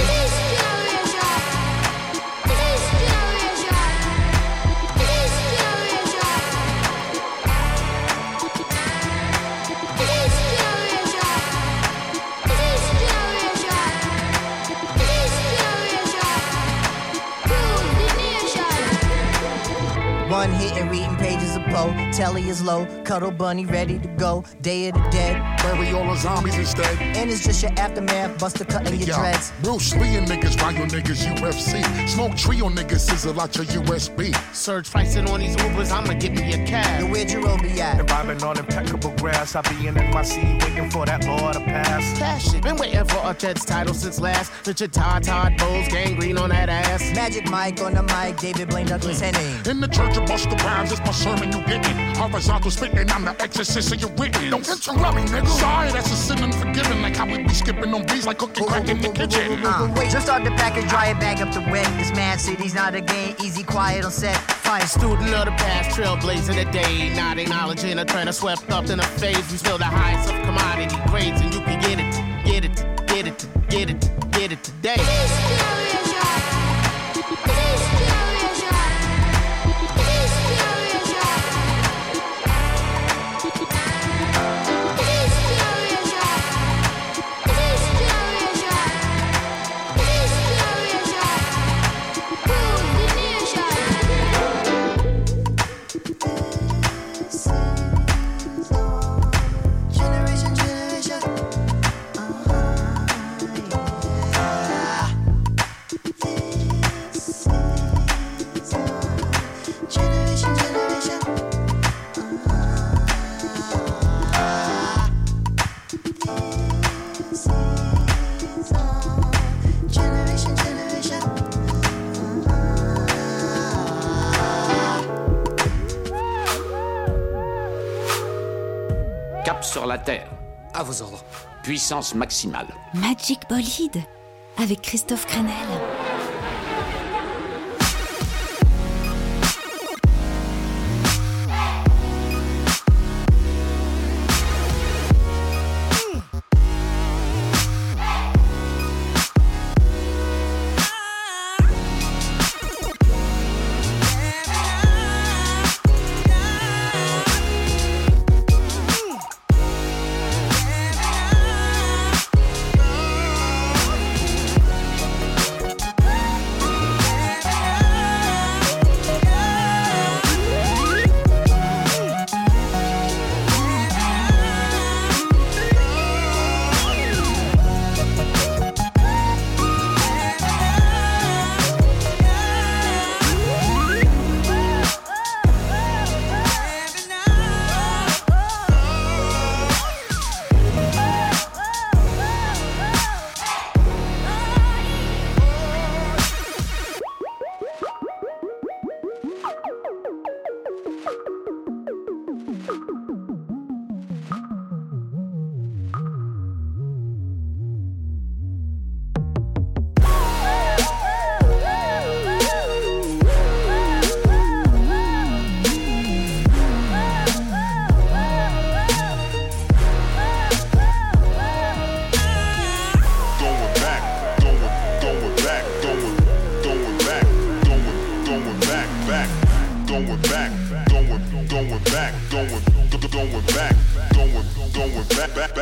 One hit and reading pages of Poe. Telly is low, cuddle bunny ready to go. Day of the dead, bury all the zombies instead. And it's just your aftermath, buster cutting your dreads. Bruce Lee and niggas, ride your niggas UFC. Smoke trio niggas, sizzle out your USB. Surge pricing on these Ubers, I'ma get me a cab. Yo, where'd your Obi at? And vibing on impeccable grass, I be in NYC waiting for that law to pass. Cash it, been waiting for a Jets title since last. Richard Todd Bowles, gangrene on that ass. Magic Mike on the mic, David Blaine Douglas Henning. In the church of Busta Rhymes, it's my sermon you getting. Horizontal spitting, I'm the exorcist of your written. Don't interrupt me, nigga. Sorry, that's a sin unforgiving. Like how we be skipping on beats like cooking crack in the kitchen. Wait, just start the package, dry it, bag up the wet. This mad city's not a game, easy, quiet on set. Fine student of the past, trailblazing the day. Not acknowledging a trend, swept up in a phase. We spill the highest of commodity grades, and you can get it, get it, get it, get it, get it today. Sur la Terre. À vos ordres. Puissance maximale. Magic Bolide avec Christophe Crenel.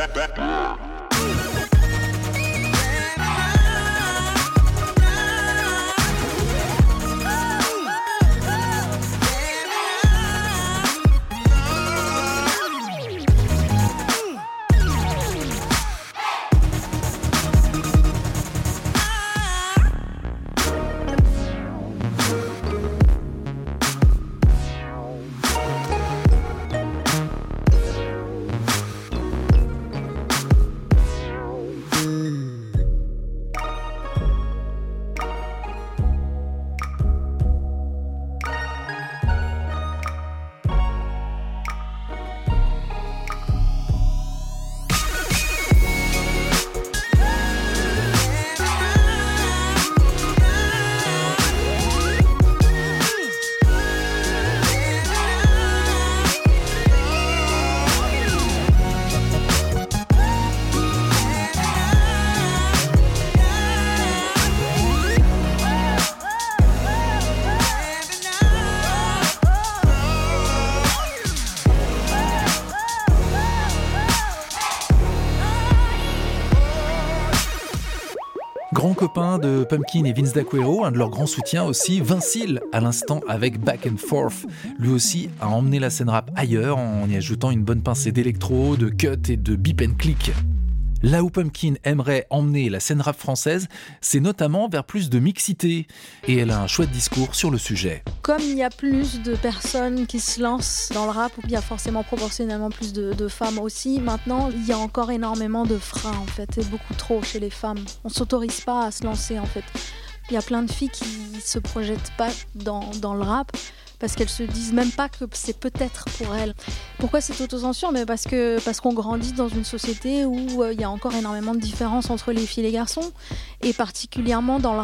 Grand copain de Pumpkin et Vince D'Aquero, un de leurs grands soutiens aussi, Vince Hill, à l'instant avec Back and Forth. Lui aussi a emmené la scène rap ailleurs en y ajoutant une bonne pincée d'électro, de cut et de beep and click. Là où Pumpkin aimerait emmener la scène rap française, c'est notamment vers plus de mixité. Et elle a un chouette discours sur le sujet. Comme il y a plus de personnes qui se lancent dans le rap, il y a forcément proportionnellement plus de femmes aussi. Maintenant, il y a encore énormément de freins en fait, et beaucoup trop chez les femmes. On ne s'autorise pas à se lancer en fait. Il y a plein de filles qui ne se projettent pas dans le rap parce qu'elles se disent même pas que c'est peut-être pour elles. Pourquoi cette autocensure ? Mais parce qu'on grandit dans une société où il y a encore énormément de différences entre les filles et les garçons. Et particulièrement dans le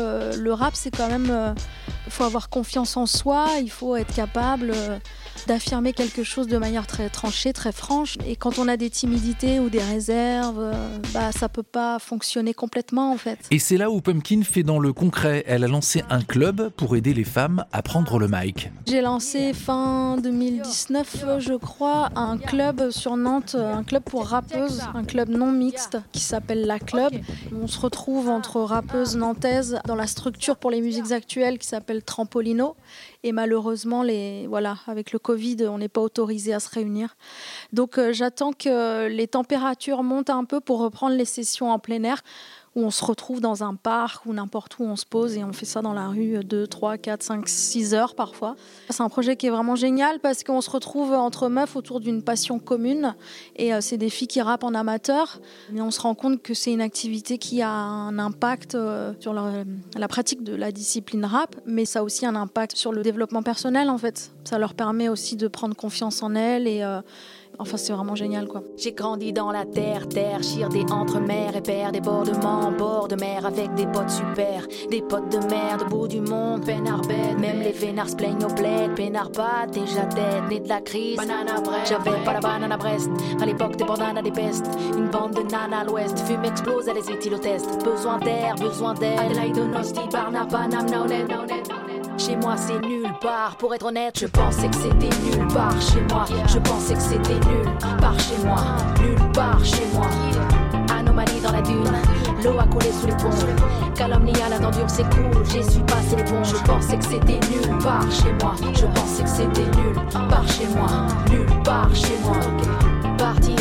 rap c'est quand même... Il faut avoir confiance en soi, il faut être capable d'affirmer quelque chose de manière très tranchée, très franche. Et quand on a des timidités ou des réserves, ça peut pas fonctionner complètement en fait. Et c'est là où Pumpkin fait dans le concret. Elle a lancé un club pour aider les femmes à prendre le mic. J'ai lancé fin 2019, je crois, un club sur Nantes, un club pour rappeuses, un club non mixte qui s'appelle La Club. On se retrouve entre rappeuses nantaises dans la structure pour les musiques actuelles qui s'appelle Trampolino. Et malheureusement, avec le Covid, on n'est pas autorisé à se réunir. Donc j'attends que les températures montent un peu pour reprendre les sessions en plein air, où on se retrouve dans un parc ou n'importe où on se pose et on fait ça dans la rue 2, 3, 4, 5, 6 heures parfois. C'est un projet qui est vraiment génial parce qu'on se retrouve entre meufs autour d'une passion commune et c'est des filles qui rappent en amateur, mais on se rend compte que c'est une activité qui a un impact sur la pratique de la discipline rap, mais ça a aussi un impact sur le développement personnel en fait. Ça leur permet aussi de prendre confiance en elles et enfin, c'est vraiment génial, quoi. J'ai grandi dans la terre, chir entre mer et père, débordements en bord de mer avec des potes super, des potes de merde au bout du monde, peinard bête, même les vénards se plaignent au bled, peinard pas, déjà dead, né de la crise, banana Brest, j'avais pas la banane à Brest, à l'époque des bandanes à des pestes, une bande de nanas à l'ouest, fume explose à les éthylotestes, besoin d'air, Adelaide, Donosti, Barnaba, Namnonet, chez moi c'est nulle part, pour être honnête, je pensais que c'était nulle part chez moi, je pensais que c'était nulle part chez moi, nulle part chez moi. Anomalie dans la dune, l'eau a coulé sous les ponts, calomnie à la dendure, c'est cool, j'ai su passer les ponts, je pensais que c'était nulle part chez moi, je pensais que c'était nulle part chez moi, nulle part chez moi. Partir,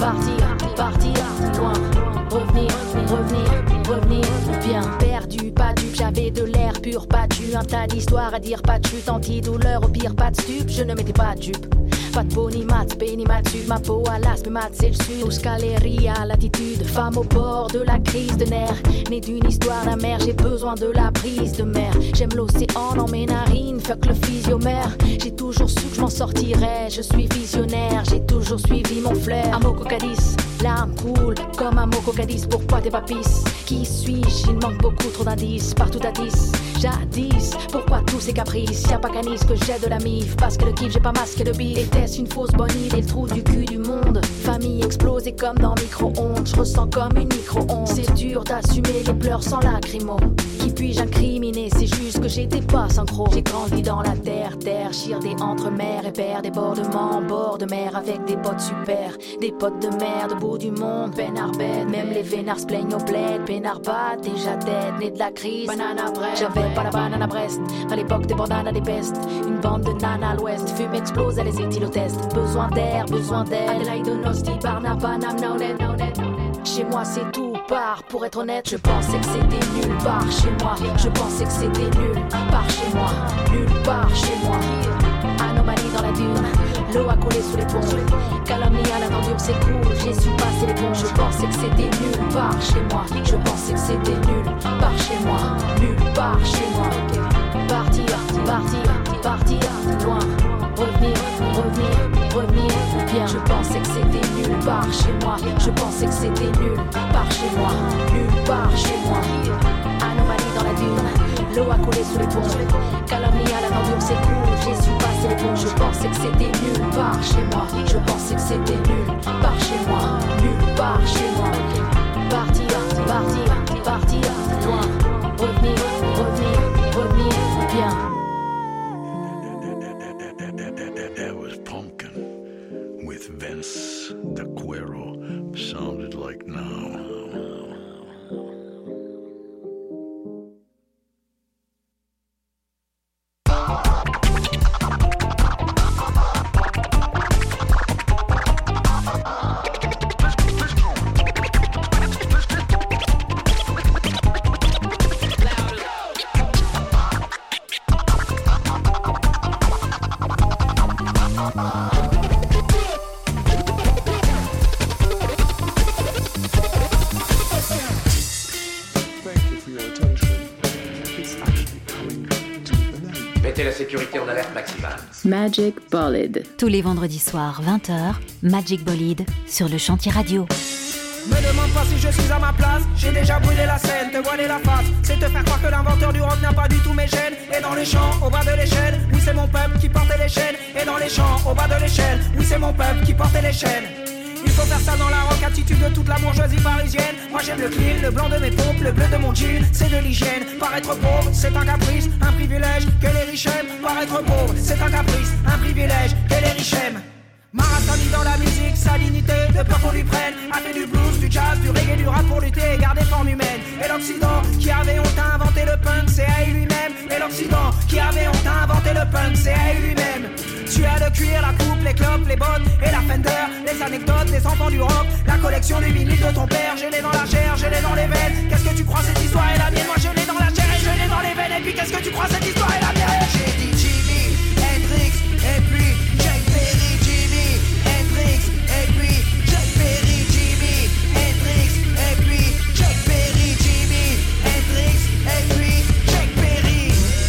loin, revenir, bien perdu, pas dupe, j'avais de l'air pur, pas tu, un tas d'histoires à dire, pas de chute, anti-douleur, au pire pas de stup, je ne m'étais pas dupe. Pas de peau, ni mat, paix, ni mat sud, ma peau à l'aspe, mat, c'est le sud, Euskalerie à l'attitude, femme au bord de la crise de nerfs, née d'une histoire d'amère, j'ai besoin de la prise de mer, j'aime l'océan dans mes narines, fuck le physiomère, j'ai toujours su que je m'en sortirais, je suis visionnaire, j'ai toujours suivi mon flair, Amoko Cadiz, l'âme coule, comme Amoko Cadiz, pourquoi t'es pas pisse, qui suis-je, il manque beaucoup trop d'indices, partout à 10, jadis, pourquoi tous ces caprices, y'a pas qu'Anis que j'ai de la mif, parce que le kiff j'ai pas masqué de bif, Est-ce une fausse bonne idée, le trou du cul du monde? Famille explosée comme dans micro-ondes, je ressens comme une micro-onde. C'est dur d'assumer les pleurs sans lacrymo. Qui puis-je incriminer? C'est juste que j'étais pas synchro. J'ai grandi dans la terre, chirdé entre mer et père, débordement en bord de mer avec des potes super, des potes de merde au bout du monde, peinard bête. Même les vénards se plaignent au bled, peinard bat, déjà dead, né de la crise, banana bread. J'avais pas la banane à Brest, à l'époque des bandanas des pestes. Une bande de nanas à l'ouest, fume explose, elle les éthylotestes. Besoin d'air, Adelaide, Nosti, Barna, Panam, no net. Chez moi c'est tout part, pour être honnête, je pensais que c'était nulle part chez moi. Je pensais que c'était nulle part chez moi, nulle part chez moi. Anomalie dans la dune, l'eau a collé sous les ponts. Calomnie à la tendure, c'est cool, j'ai su passer les ponts. Je pensais que c'était nulle part chez moi. Je pensais que c'était nulle part chez moi, nulle part chez moi. Partir, loin. Revenir, bien. Je pensais que c'était nulle part chez moi. Je pensais que c'était nulle part chez moi, nulle part chez moi. Anomalie dans la dune, l'eau a collé sous les ponts. Calomnie à la tendure, c'est cool, j'ai su passer les ponts. Je pensais que c'était nulle part chez moi. Je pensais que c'était nulle part chez moi, nulle part chez moi. Partir, loin. Revenir, bien. That was Pumpkin with Vince DeQuero. Sounded like now. Mettez la sécurité en alerte maximale. Magic Bolide. Tous les vendredis soirs, 20h, Magic Bolide sur le Chantier Radio. Me demande pas si je suis à ma place, j'ai déjà brûlé la scène, te voiler la face, c'est te faire croire que l'inventeur du rock n'a pas du tout mes gènes. Et dans les champs, au bas de l'échelle, oui c'est mon peuple qui portait les chaînes. Et dans les champs, au bas de l'échelle, oui c'est mon peuple qui portait les chaînes. Il faut faire ça dans la rock attitude de toute la bourgeoisie parisienne. Moi j'aime le clean, le blanc de mes pompes, le bleu de mon jean, c'est de l'hygiène. Paraître pauvre, c'est un caprice, un privilège que les riches aiment. Paraître pauvre, c'est un caprice, un privilège que les riches aiment. Marat mis dans la musique, salinité, de peur qu'on lui prenne. A fait du blues, du jazz, du reggae, du rap pour lutter et garder forme humaine. Et l'Occident qui avait honte à inventer le punk, c'est à lui-même. Et l'Occident qui avait honte à inventer le punk, c'est à lui-même. Tu as le cuir, la coupe, les clopes, les bottes et la Fender. Les anecdotes des enfants du rock, la collection du vinyle de ton père. Je l'ai dans la chair, je l'ai dans les veines. Qu'est-ce que tu crois cette histoire est la mienne? Moi je l'ai dans la chair et je l'ai dans les veines. Et puis qu'est-ce que tu crois cette histoire est la mienne? J'ai dit Jimi Hendrix et puis Jack Perry. Jimi Hendrix et puis Jack Perry. Jimi Hendrix et puis Jack Perry. Jimi Hendrix et puis Jack Perry.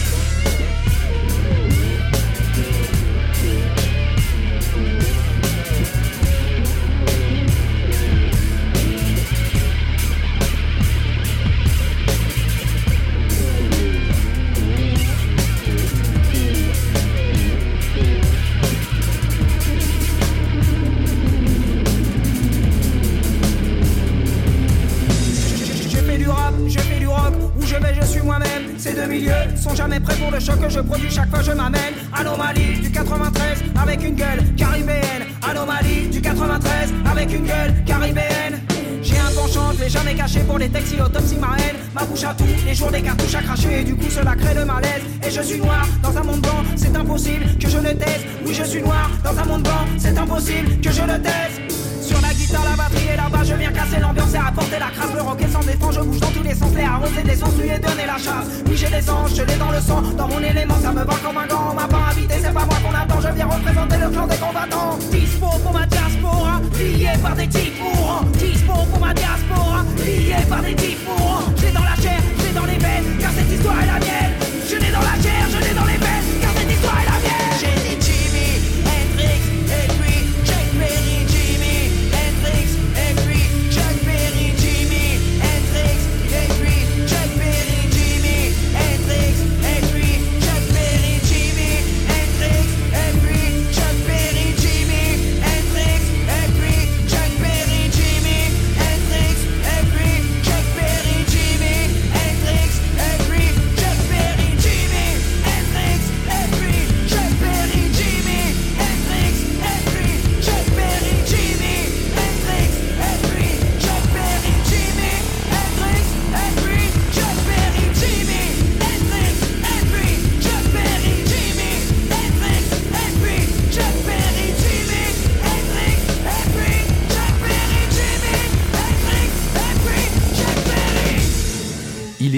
Je fais du rock, où je vais je suis moi-même. Ces deux milieux sont jamais prêts pour le choc que je produis chaque fois je m'amène. Anomalie du 93 avec une gueule caribéenne. Anomalie du 93 avec une gueule caribéenne. J'ai un penchant, je l'ai jamais caché pour les textiles, autopsie ma haine. Ma bouche à tout, les jours des cartouches à cracher. Et du coup cela crée le malaise. Et je suis noir dans un monde blanc, c'est impossible que je le taise. Oui je suis noir dans un monde blanc, c'est impossible que je le taise. Sur la guitare, la batterie et là-bas, je viens casser l'ambiance et apporter la crasse. Le rock est sans défense, je bouge dans tous les sens. Les arroser des sens, lui et donner la chasse. Oui, j'ai des anges, je l'ai dans le sang. Dans mon élément, ça me va comme un gant. On m'a pas invité, c'est pas moi qu'on attend. Je viens représenter le clan des combattants. Dispo pour ma diaspora, lié par des types mourants. Dispo pour ma diaspora, lié par des types mourants. Je l'ai dans la chair, je l'ai dans les veines, car cette histoire est la mienne. Je l'ai dans la chair, je l'ai dans les veines, car cette histoire est la mienne. J'ai dit Jimi Hendrix et puis Jack Perry. Et puis Jack Perry, Jimi Hendrix, et puis Jack Perry, Jimi Hendrix, et puis Jack Perry, Jimi Hendrix, et puis Jack Perry, Jimi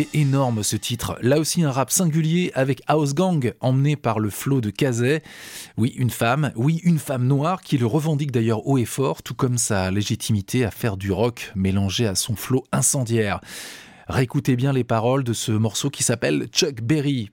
est énorme ce titre. Là aussi un rap singulier avec House Gang emmené par le flow de Kazay. Oui, une femme noire qui le revendique d'ailleurs haut et fort, tout comme sa légitimité à faire du rock mélangé à son flow incendiaire. Réécoutez bien les paroles de ce morceau qui s'appelle Chuck Berry.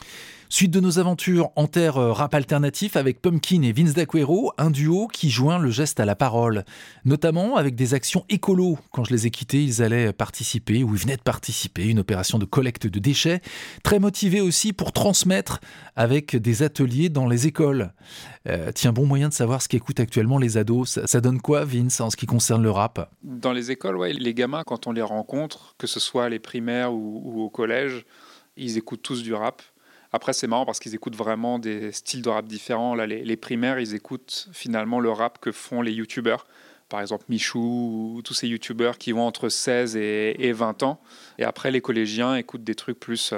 Suite de nos aventures en terre rap alternatif avec Pumpkin et Vince d'Aquero, un duo qui joint le geste à la parole, notamment avec des actions écolo. Quand je les ai quittés, ils allaient participer, ou ils venaient de participer, une opération de collecte de déchets, très motivés aussi pour transmettre avec des ateliers dans les écoles. Tiens, bon moyen de savoir ce qu'écoutent actuellement les ados. Ça donne quoi, Vince, en ce qui concerne le rap ? Dans les écoles, ouais, les gamins, quand on les rencontre, que ce soit les primaires ou au collège, ils écoutent tous du rap. Après, c'est marrant parce qu'ils écoutent vraiment des styles de rap différents. Là, les primaires, ils écoutent finalement le rap que font les youtubeurs. Par exemple, Michou ou tous ces youtubeurs qui ont entre 16 et 20 ans. Et après, les collégiens écoutent des trucs plus,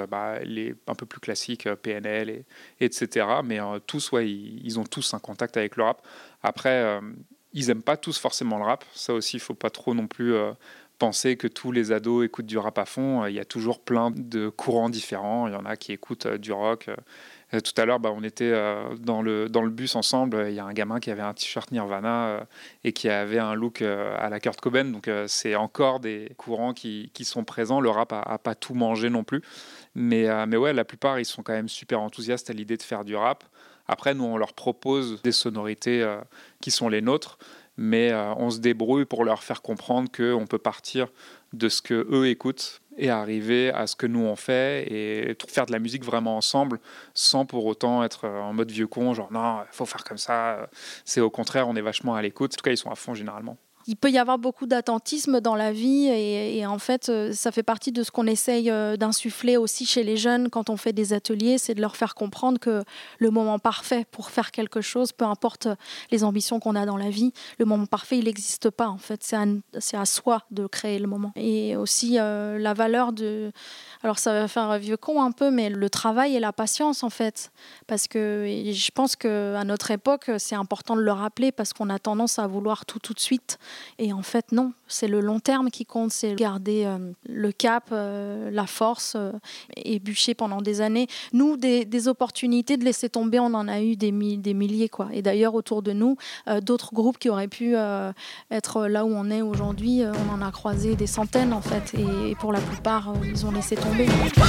un peu plus classiques, PNL, etc. Mais tous, ouais, ils ont tous un contact avec le rap. Après, ils n'aiment pas tous forcément le rap. Ça aussi, il ne faut pas trop non plus... penser que tous les ados écoutent du rap à fond. Il y a toujours plein de courants différents. Il y en a qui écoutent du rock. Tout à l'heure, on était dans le bus ensemble. Il y a un gamin qui avait un t-shirt Nirvana et qui avait un look à la Kurt Cobain. Donc, c'est encore des courants qui sont présents. Le rap a pas tout mangé non plus. Mais ouais, la plupart, ils sont quand même super enthousiastes à l'idée de faire du rap. Après, nous, on leur propose des sonorités qui sont les nôtres. Mais on se débrouille pour leur faire comprendre qu'on peut partir de ce qu'eux écoutent et arriver à ce que nous on fait et faire de la musique vraiment ensemble sans pour autant être en mode vieux con, genre non, il faut faire comme ça. C'est au contraire, on est vachement à l'écoute. En tout cas, ils sont à fond généralement. Il peut y avoir beaucoup d'attentisme dans la vie et en fait, ça fait partie de ce qu'on essaye d'insuffler aussi chez les jeunes quand on fait des ateliers, c'est de leur faire comprendre que le moment parfait pour faire quelque chose, peu importe les ambitions qu'on a dans la vie, le moment parfait, il n'existe pas en fait. C'est à soi de créer le moment. Et aussi la valeur de... Alors ça va faire vieux con un peu, mais le travail et la patience en fait. Parce que je pense qu'à notre époque, c'est important de le rappeler parce qu'on a tendance à vouloir tout de suite. Et en fait, non, c'est le long terme qui compte, c'est garder le cap, la force et bûcher pendant des années. Nous, des opportunités de laisser tomber, on en a eu des milliers, quoi. Et d'ailleurs, autour de nous, d'autres groupes qui auraient pu être là où on est aujourd'hui, on en a croisé des centaines, en fait. Et pour la plupart, ils ont laissé tomber.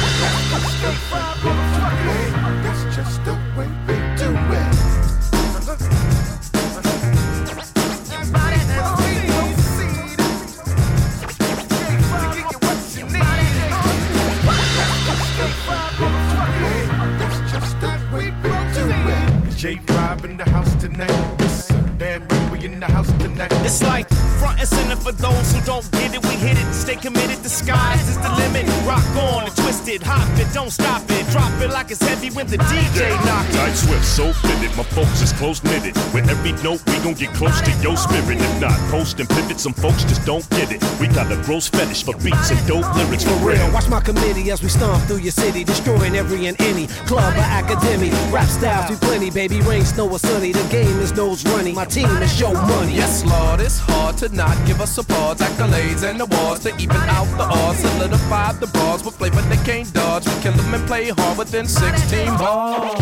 J5 in the house tonight. Damn right, we in the house tonight. It's like front and center for those who don't get it. We hit it, stay committed. The skies is the limit. Rock on and twist it, hop it, don't stop it. Drop it like it's heavy when the DJ knock it. Tight swift, so fitted. My folks is close knitted. With every note, we gon' get close to your spirit. If not, post and pivot. Some folks just don't get it. We got a gross fetish for beats and dope lyrics for real. Watch my committee as we stomp through your city, destroying every and any club or academy. Rap styles we plenty, baby. Rain, snow or sunny. The game is nose running. My team is show money. Yes, Lord, it's hard to not give us applause, accolades and awards to even out the odds. Solidify the bras with flavor they can't dodge. We kill them and play hard within 16 bars.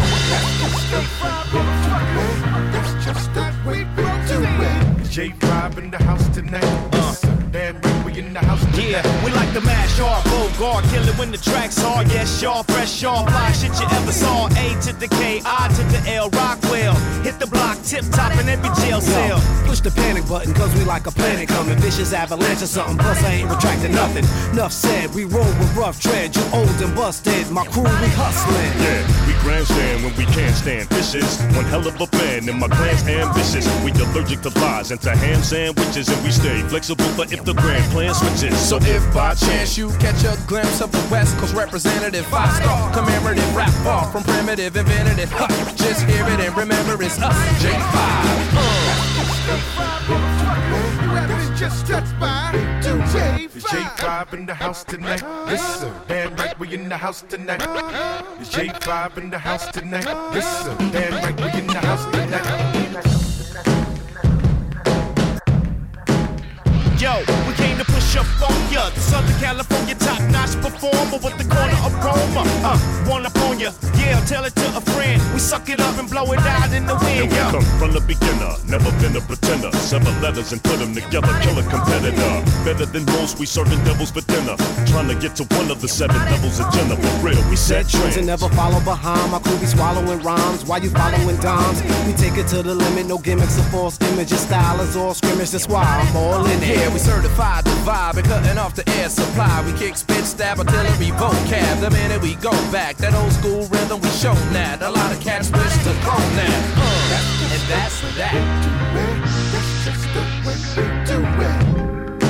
That's just that way we do it. J5 in the house tonight. Damn right, we in the house tonight. Yeah, we like to mash hard, Bogart, kill it when the track's hard. Yes, y'all, fresh, y'all, fly shit you ever saw. A to the K, I to the L, Rockwell. Hit the block, tip top in every jail cell. Push the panic button, cause we like a planet coming. Vicious avalanche or something, plus I ain't retracting nothing. Enough said, we roll with rough tread. You old and busted, my crew, we hustling. Yeah, we grandstand when we can't stand. This is one hell of a band, and my clan's ambitious. We allergic to lies and to ham sandwiches, and we stay flexible for if the grand plan switches. So if by chance you catch a glimpse of the West Coast representative, 5-star commemorative, rap far from primitive, invented it. Just hear it and remember it's us, J5. Just touched by J5 in the house tonight. Yes, sir. Damn right, we in the house tonight. J5 in the house tonight. Yes, sir. Damn right, we in the house tonight. Yo, we came to push jump on ya. The Southern California top-notch performer with the corner aroma. One up on ya, yeah, tell it to a friend. We suck it up and blow it out in the wind. We come from the beginner, never been a pretender. 7 letters and put them together, kill a competitor. Better than most, we serving devils for dinner. Trying to get to one of the 7 levels of Jenna. For real, we set trends. And never follow behind. My crew be swallowing rhymes while you following dimes. We take it to the limit, no gimmicks or false images. Style is all scrimmage, that's why I'm all in it. Yeah, we certified the vibe and cutting off the air supply. We kick, spit, stab, artillery, vocab. The minute we go back, that old school rhythm we show that. A lot of cats wish to clone that. And that's that. That's just the way we do it.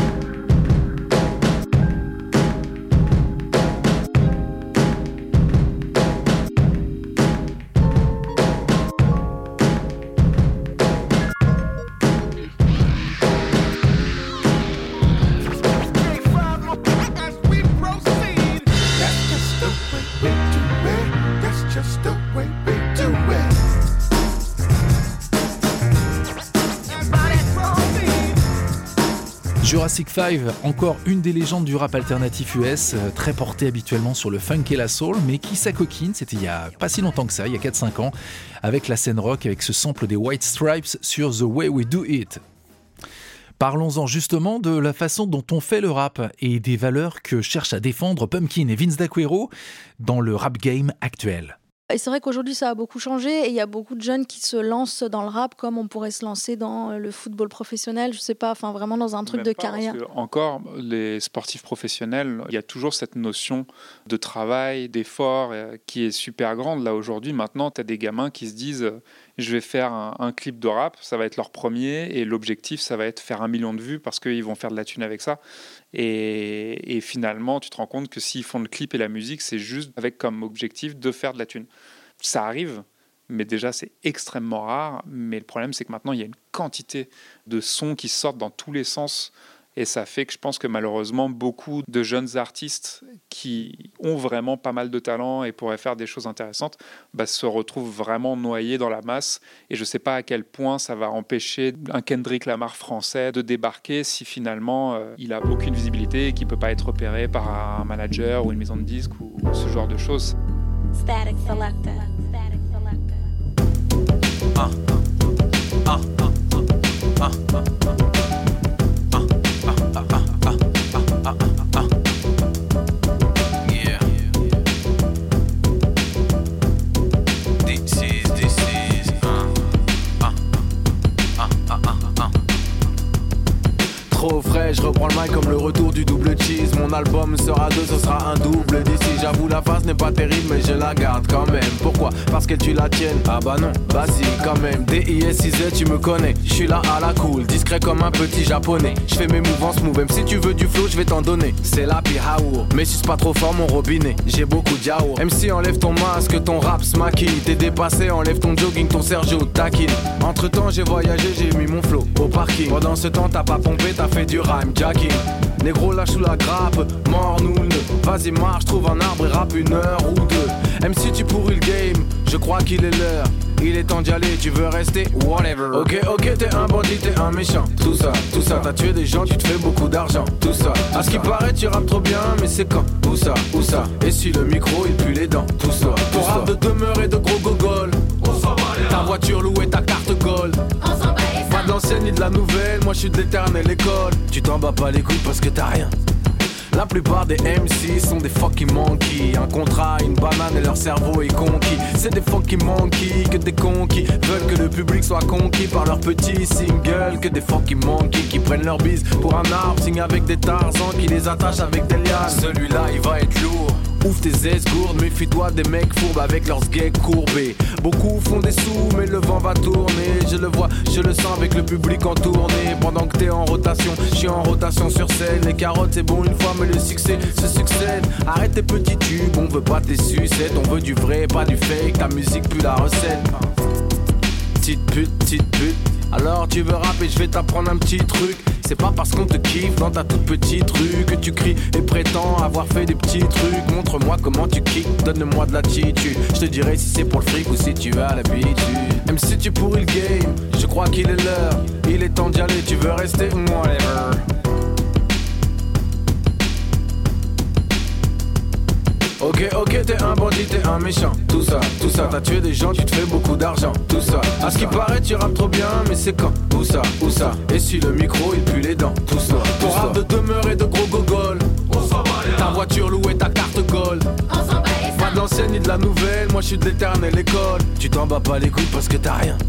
Jurassic 5, encore une des légendes du rap alternatif US, très portée habituellement sur le funk et la soul, mais qui s'acoquine, c'était il y a pas si longtemps que ça, il y a 4-5 ans, avec la scène rock, avec ce sample des White Stripes sur The Way We Do It. Parlons-en justement de la façon dont on fait le rap et des valeurs que cherchent à défendre Pumpkin et Vince D'Aquero dans le rap game actuel. Et c'est vrai qu'aujourd'hui, ça a beaucoup changé et il y a beaucoup de jeunes qui se lancent dans le rap comme on pourrait se lancer dans le football professionnel, je sais pas, enfin vraiment dans un truc Même de pas, carrière. Parce que encore, les sportifs professionnels, il y a toujours cette notion de travail, d'effort qui est super grande. Là, aujourd'hui, maintenant, tu as des gamins qui se disent je vais faire un clip de rap, ça va être leur premier et l'objectif, ça va être faire 1 million de vues parce qu'ils vont faire de la thune avec ça. Et finalement, tu te rends compte que s'ils font le clip et la musique, c'est juste avec comme objectif de faire de la thune. Ça arrive, mais déjà c'est extrêmement rare. Mais le problème, c'est que maintenant, il y a une quantité de sons qui sortent dans tous les sens. Et ça fait que je pense que malheureusement, beaucoup de jeunes artistes qui ont vraiment pas mal de talent et pourraient faire des choses intéressantes, se retrouvent vraiment noyés dans la masse. Et je ne sais pas à quel point ça va empêcher un Kendrick Lamar français de débarquer si finalement il n'a aucune visibilité et qu'il ne peut pas être repéré par un manager ou une maison de disques ou ce genre de choses. Static Selector. Yeah. This is Trop frais, je reprends le mic comme le retour du double cheese. Mon album sera 2, ce sera un double d'ici. J'avoue la face n'est pas terrible mais je la garde quand même. Pourquoi? Parce que tu la tiennes. Ah bah non, bah si quand même. DISIZ tu me connais, je suis là à la cool, discret comme un petit japonais. Je fais mes mouvements smooth, même si tu veux du flow je vais t'en donner. C'est la pihaour, mais suce pas trop fort mon robinet. J'ai beaucoup d'yaourt. MC enlève ton masque, ton rap se maquille. T'es dépassé, enlève ton jogging, ton Sergio taquine. Entre temps j'ai voyagé, j'ai mis mon flow au parking. Pendant ce temps t'as pas pompé, t'as fait du rhyme jacking. Négro lâche sous la grappe, mort nous le nœud. Vas-y marche, trouve un arbre et rappe 1 heure ou 2. Même si tu pourris le game, je crois qu'il est l'heure. Il est temps d'y aller, tu veux rester, whatever. Ok, t'es un bandit, t'es un méchant. Tout ça, t'as tué des gens, tu te fais beaucoup d'argent. Tout ça, à ce qui paraît tu rappes trop bien, mais c'est quand? Où ça? Et si le micro il pue les dents? Tout ça, ton rap de demeure et de gros gogol. Ta voiture louée, ta carte gold. Pas de l'ancienne ni de la nouvelle, moi je suis de l'éternelle école. Tu t'en bats pas les couilles parce que t'as rien. La plupart des MC sont des fucking monkeys. Un contrat, une banane et leur cerveau est conquis. C'est des fucking monkeys, que des conquis veulent que le public soit conquis par leurs petits singles. Que des fucking monkeys qui prennent leur bise pour un arbre, signent avec des tarzans qui les attachent avec des lianes. Celui-là il va être lourd. Ouvre tes esgourdes, méfie-toi des mecs fourbes avec leurs gays courbés. Beaucoup font des sous mais le vent va tourner. Je le vois, je le sens avec le public en tournée. Pendant que t'es en rotation, je suis en rotation sur scène. Les carottes c'est bon une fois mais le succès se succède. Arrête tes petits tubes, on veut pas tes sucettes. On veut du vrai, pas du fake, ta musique pue la recette. Petite pute, alors tu veux rapper, je vais t'apprendre un petit truc. C'est pas parce qu'on te kiffe dans ta toute petite rue que tu cries et prétends avoir fait des petits trucs. Montre-moi comment tu kicks, donne-moi de l'attitude. Je te dirai si c'est pour le fric ou si tu as l'habitude. Même si tu pourris le game, je crois qu'il est l'heure. Il est temps d'y aller, tu veux rester whatever. Ok, t'es un bandit, t'es un méchant. Tout ça, t'as tué des gens, tu te fais beaucoup d'argent. Tout ça, à ce qui paraît, tu rappes trop bien, mais c'est quand? Où ça? Et si le micro, il pue les dents. Tout ça, ton rap de demeure et de gros gogol. Ta voiture louée, ta carte gold. Pas de l'ancienne ni de la nouvelle, moi je suis de l'éternelle école. Tu t'en bats pas les couilles parce que t'as rien.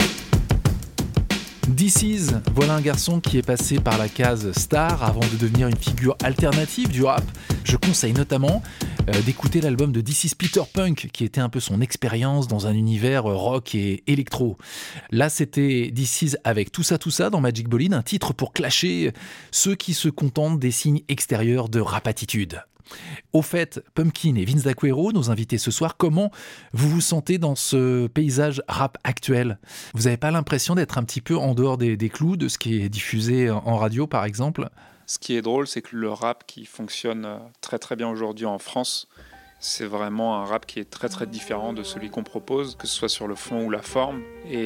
This Is, voilà un garçon qui est passé par la case star avant de devenir une figure alternative du rap. Je conseille notamment d'écouter l'album de This Is Peter Punk, qui était un peu son expérience dans un univers rock et électro. Là, c'était This Is avec Tout ça dans Magic Bolide, un titre pour clasher ceux qui se contentent des signes extérieurs de rapatitude. Au fait, Pumpkin et Vince d'Aquero, nos invités ce soir, comment vous vous sentez dans ce paysage rap actuel ? Vous n'avez pas l'impression d'être un petit peu en dehors des clous de ce qui est diffusé en radio, par exemple ? Ce qui est drôle, c'est que le rap qui fonctionne très très bien aujourd'hui en France, c'est vraiment un rap qui est très très différent de celui qu'on propose, que ce soit sur le fond ou la forme.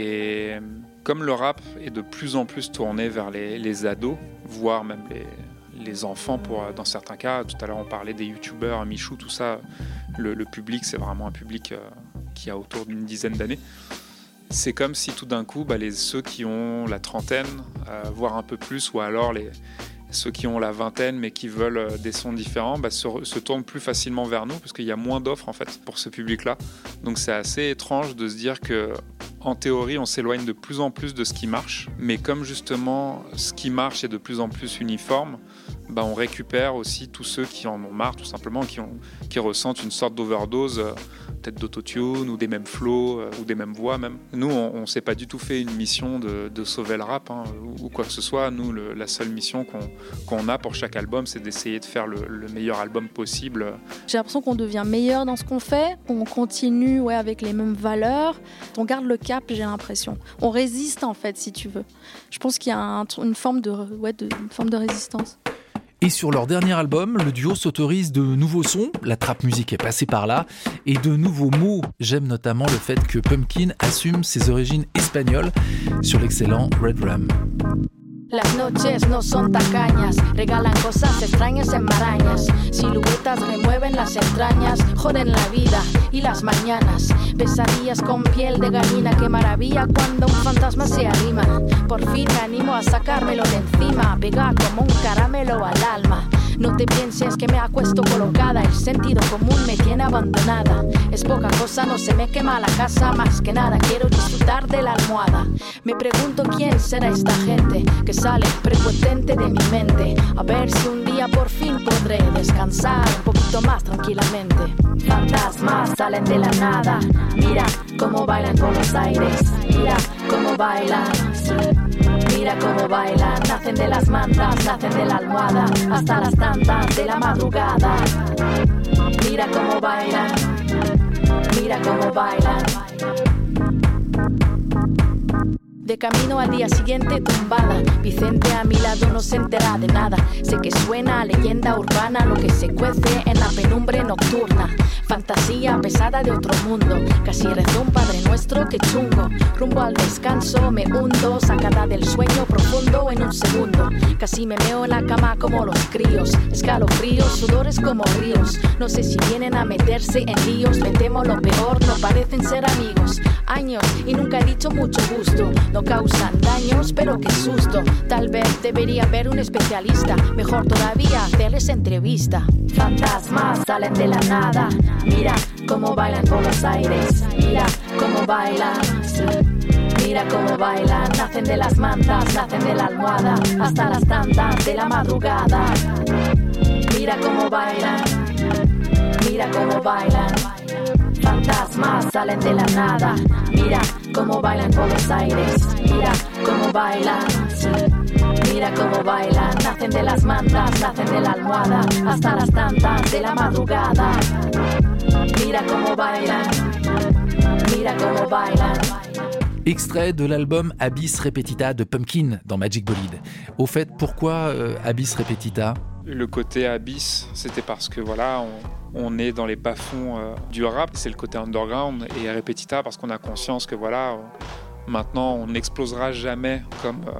Et comme le rap est de plus en plus tourné vers les ados, voire même les enfants dans certains cas, tout à l'heure on parlait des youtubeurs, Michou, tout ça, le public c'est vraiment un public qui a autour d'une dizaine d'années. C'est comme si tout d'un coup ceux qui ont la trentaine, voire un peu plus, ou alors ceux qui ont la vingtaine mais qui veulent des sons différents se tournent plus facilement vers nous parce qu'il y a moins d'offres en fait pour ce public-là. Donc c'est assez étrange de se dire que en théorie on s'éloigne de plus en plus de ce qui marche, mais comme justement ce qui marche est de plus en plus uniforme, on récupère aussi tous ceux qui en ont marre tout simplement, qui ressentent une sorte d'overdose, peut-être d'autotune ou des mêmes flows ou des mêmes voix même. Nous on s'est pas du tout fait une mission de sauver le rap ou quoi que ce soit. Nous la seule mission qu'on a pour chaque album, c'est d'essayer de faire le meilleur album possible. J'ai l'impression qu'on devient meilleur dans ce qu'on fait, on continue avec les mêmes valeurs, on garde le cap, j'ai l'impression. On résiste en fait, si tu veux. Je pense qu'il y a une forme de résistance. Et sur leur dernier album, le duo s'autorise de nouveaux sons, la trap music est passée par là, et de nouveaux mots. J'aime notamment le fait que Pumpkin assume ses origines espagnoles sur l'excellent Red Rum. Las noches no son tacañas, regalan cosas extrañas en marañas. Siluetas remueven las entrañas, joden la vida y las mañanas. Pesadillas con piel de gallina, qué maravilla cuando un fantasma se arrima. Por fin me animo a sacármelo de encima, pega como un caramelo al alma. No te pienses que me acuesto colocada, el sentido común me tiene abandonada. Es poca cosa, no se me quema la casa, más que nada quiero disfrutar de la almohada. Me pregunto quién será esta gente que sale prepotente de mi mente. A ver si un día por fin podré descansar un poquito más tranquilamente. Fantasmas salen de la nada, mira cómo bailan con los aires, mira cómo bailan. Mira cómo bailan, nacen de las mantas, nacen de la almohada, hasta las tantas de la madrugada. Mira cómo bailan, mira cómo bailan. De camino al día siguiente tumbada, Vicente a mi lado no se entera de nada. Sé que suena a leyenda urbana lo que se cuece en la penumbre nocturna. Fantasía pesada de otro mundo, casi rezó un Padre Nuestro que chungo. Rumbo al descanso me hundo, sacada del sueño profundo en un segundo. Casi me meo en la cama como los críos, escalofríos, sudores como ríos. No sé si vienen a meterse en líos, me temo lo peor, no parecen ser amigos. Años y nunca he dicho mucho gusto, no causan daños, pero qué susto. Tal vez debería haber un especialista, mejor todavía hacerles entrevista. Fantasmas salen de la nada, mira cómo bailan con los aires, mira cómo bailan. Mira cómo bailan, nacen de las mantas, nacen de la almohada, hasta las tantas de la madrugada. Mira cómo bailan, mira cómo bailan. Fantasmas salen de la nada, mira cómo bailan con los aires, mira cómo bailan. Mira cómo bailan, nacen de las mantas, nacen de la almohada, hasta las tantas de la madrugada. Mira cómo bailan, mira cómo bailan. Extrait de l'album Abyss Repetita de Pumpkin dans Magic Bolide. Au fait, pourquoi Abyss Repetita ? Le côté Abyss, c'était parce que on est dans les bas-fonds du rap, c'est le côté underground, et Repetita parce qu'on a conscience que maintenant on n'explosera jamais comme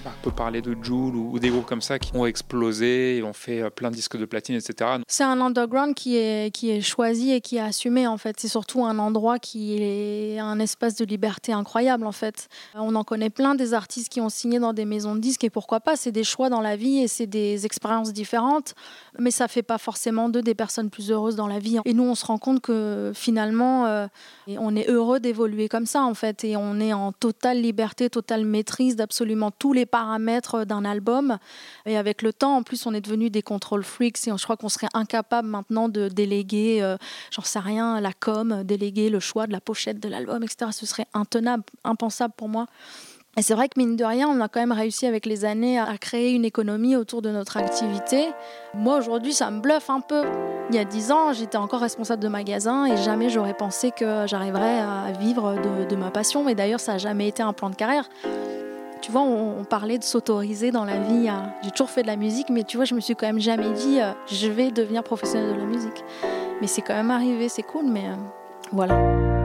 On peut parler de Jul ou des groupes comme ça qui ont explosé et ont fait plein de disques de platine, etc. C'est un underground qui est choisi et qui est assumé, en fait. C'est surtout un endroit qui est un espace de liberté incroyable, en fait. On en connaît plein des artistes qui ont signé dans des maisons de disques, et pourquoi pas, c'est des choix dans la vie et c'est des expériences différentes, mais ça fait pas forcément d'eux des personnes plus heureuses dans la vie. Et nous, on se rend compte que finalement, on est heureux d'évoluer comme ça, en fait, et on est en totale liberté, totale maîtrise d'absolument tous les paramètres d'un album. Et avec le temps, en plus, on est devenus des control freaks, et je crois qu'on serait incapable maintenant de déléguer, j'en sais rien, la com, déléguer le choix de la pochette de l'album, etc. Ce serait intenable, impensable pour moi. Et c'est vrai que mine de rien, on a quand même réussi avec les années à créer une économie autour de notre activité. Moi, aujourd'hui, ça me bluffe un peu. Il y a 10 ans, j'étais encore responsable de magasin et jamais j'aurais pensé que j'arriverais à vivre de ma passion. Et d'ailleurs, ça n'a jamais été un plan de carrière. Tu vois, on parlait de s'autoriser dans la vie. J'ai toujours fait de la musique, mais tu vois, je me suis quand même jamais dit je vais devenir professionnelle de la musique. Mais c'est quand même arrivé, c'est cool, mais voilà.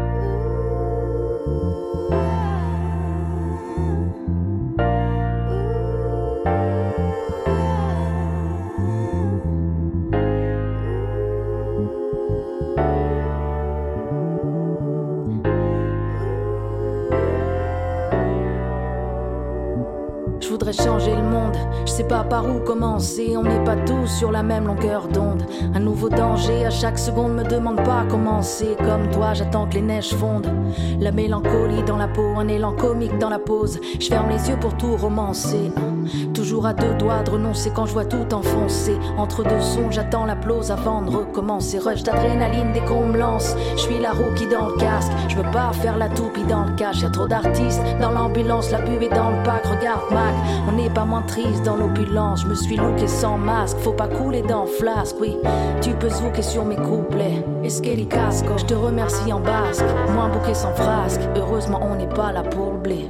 Je voudrais changer le monde, je sais pas par où commencer. On n'est pas tous sur la même longueur d'onde. Un nouveau danger à chaque seconde, me demande pas comment c'est. Comme toi, j'attends que les neiges fondent. La mélancolie dans la peau, un élan comique dans la pause. Je ferme les yeux pour tout romancer. Toujours à 2 doigts de renoncer quand je vois tout enfoncer. Entre 2 sons, j'attends l'applause avant de recommencer. Rush d'adrénaline dès qu'on me lance. Je suis la rookie dans le casque. Je veux pas faire la toupie dans le cash. Y'a trop d'artistes dans l'ambulance, la pub est dans le pack. Regarde Mac, on n'est pas moins triste dans l'opulence. Je me suis looké sans masque, faut pas couler dans flasque. Oui, tu peux zouker sur mes couplets. Esqueli casco, je te remercie en basque. Moins bouquet sans frasque, heureusement on n'est pas là pour le blé.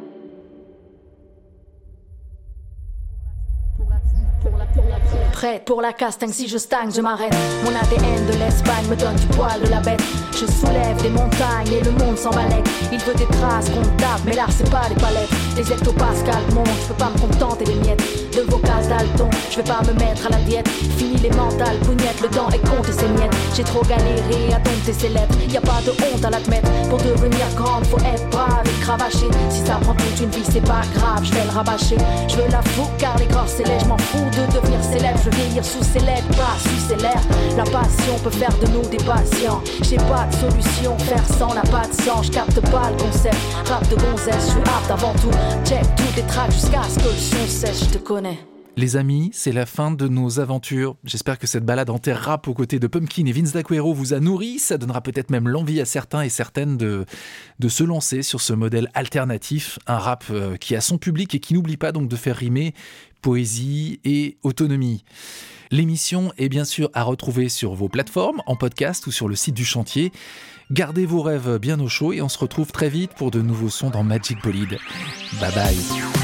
Prête pour la castagne, si je stagne, je m'arrête. Mon ADN de l'Espagne me donne du poil de la bête. Je soulève des montagnes et le monde s'emballait. Il veut des traces qu'on tape, mais là c'est pas des palettes. Les hectopascales montent, je peux pas me contenter des miettes de vos cases d'Alton, je vais pas me mettre à la diète. Fini les mentales pougnettes, le temps est compté ses miettes. J'ai trop galéré à dompter ces lettres. Y a pas de honte à l'admettre. Pour devenir grande, faut être brave et cravacher. Si ça prend toute une vie, c'est pas grave, je vais le rabâcher. Je veux la fougue car les corps célèbres, je m'en fous de devenir célèbre. Je veux vieillir sous ses lettres, pas sucer l'air. La passion peut faire de nous des patients. J'ai pas de solution, faire sans n'a pas de sens. Je capte pas le concept, rap de gonzesse, je suis apte avant tout. Check toutes les tracks jusqu'à ce que le son cesse, je te connais. Les amis, c'est la fin de nos aventures. J'espère que cette balade en terre rap aux côtés de Pumpkin et Vince d'Aquero vous a nourri. Ça donnera peut-être même l'envie à certains et certaines de se lancer sur ce modèle alternatif. Un rap qui a son public et qui n'oublie pas donc de faire rimer poésie et autonomie. L'émission est bien sûr à retrouver sur vos plateformes, en podcast ou sur le site du chantier. Gardez vos rêves bien au chaud et on se retrouve très vite pour de nouveaux sons dans Magic Bolide. Bye bye.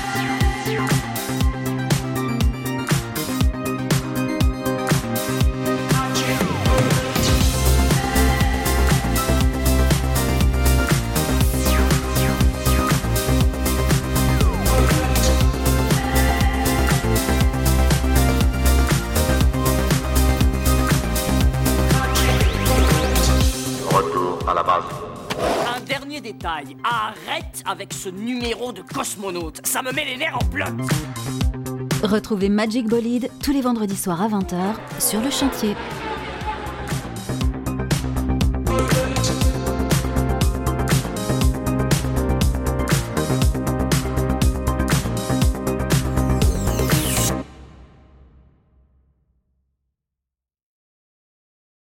Détail. Arrête avec ce numéro de cosmonaute, ça me met les nerfs en bloc. Retrouvez Magic Bolide tous les vendredis soirs à 20h sur le chantier.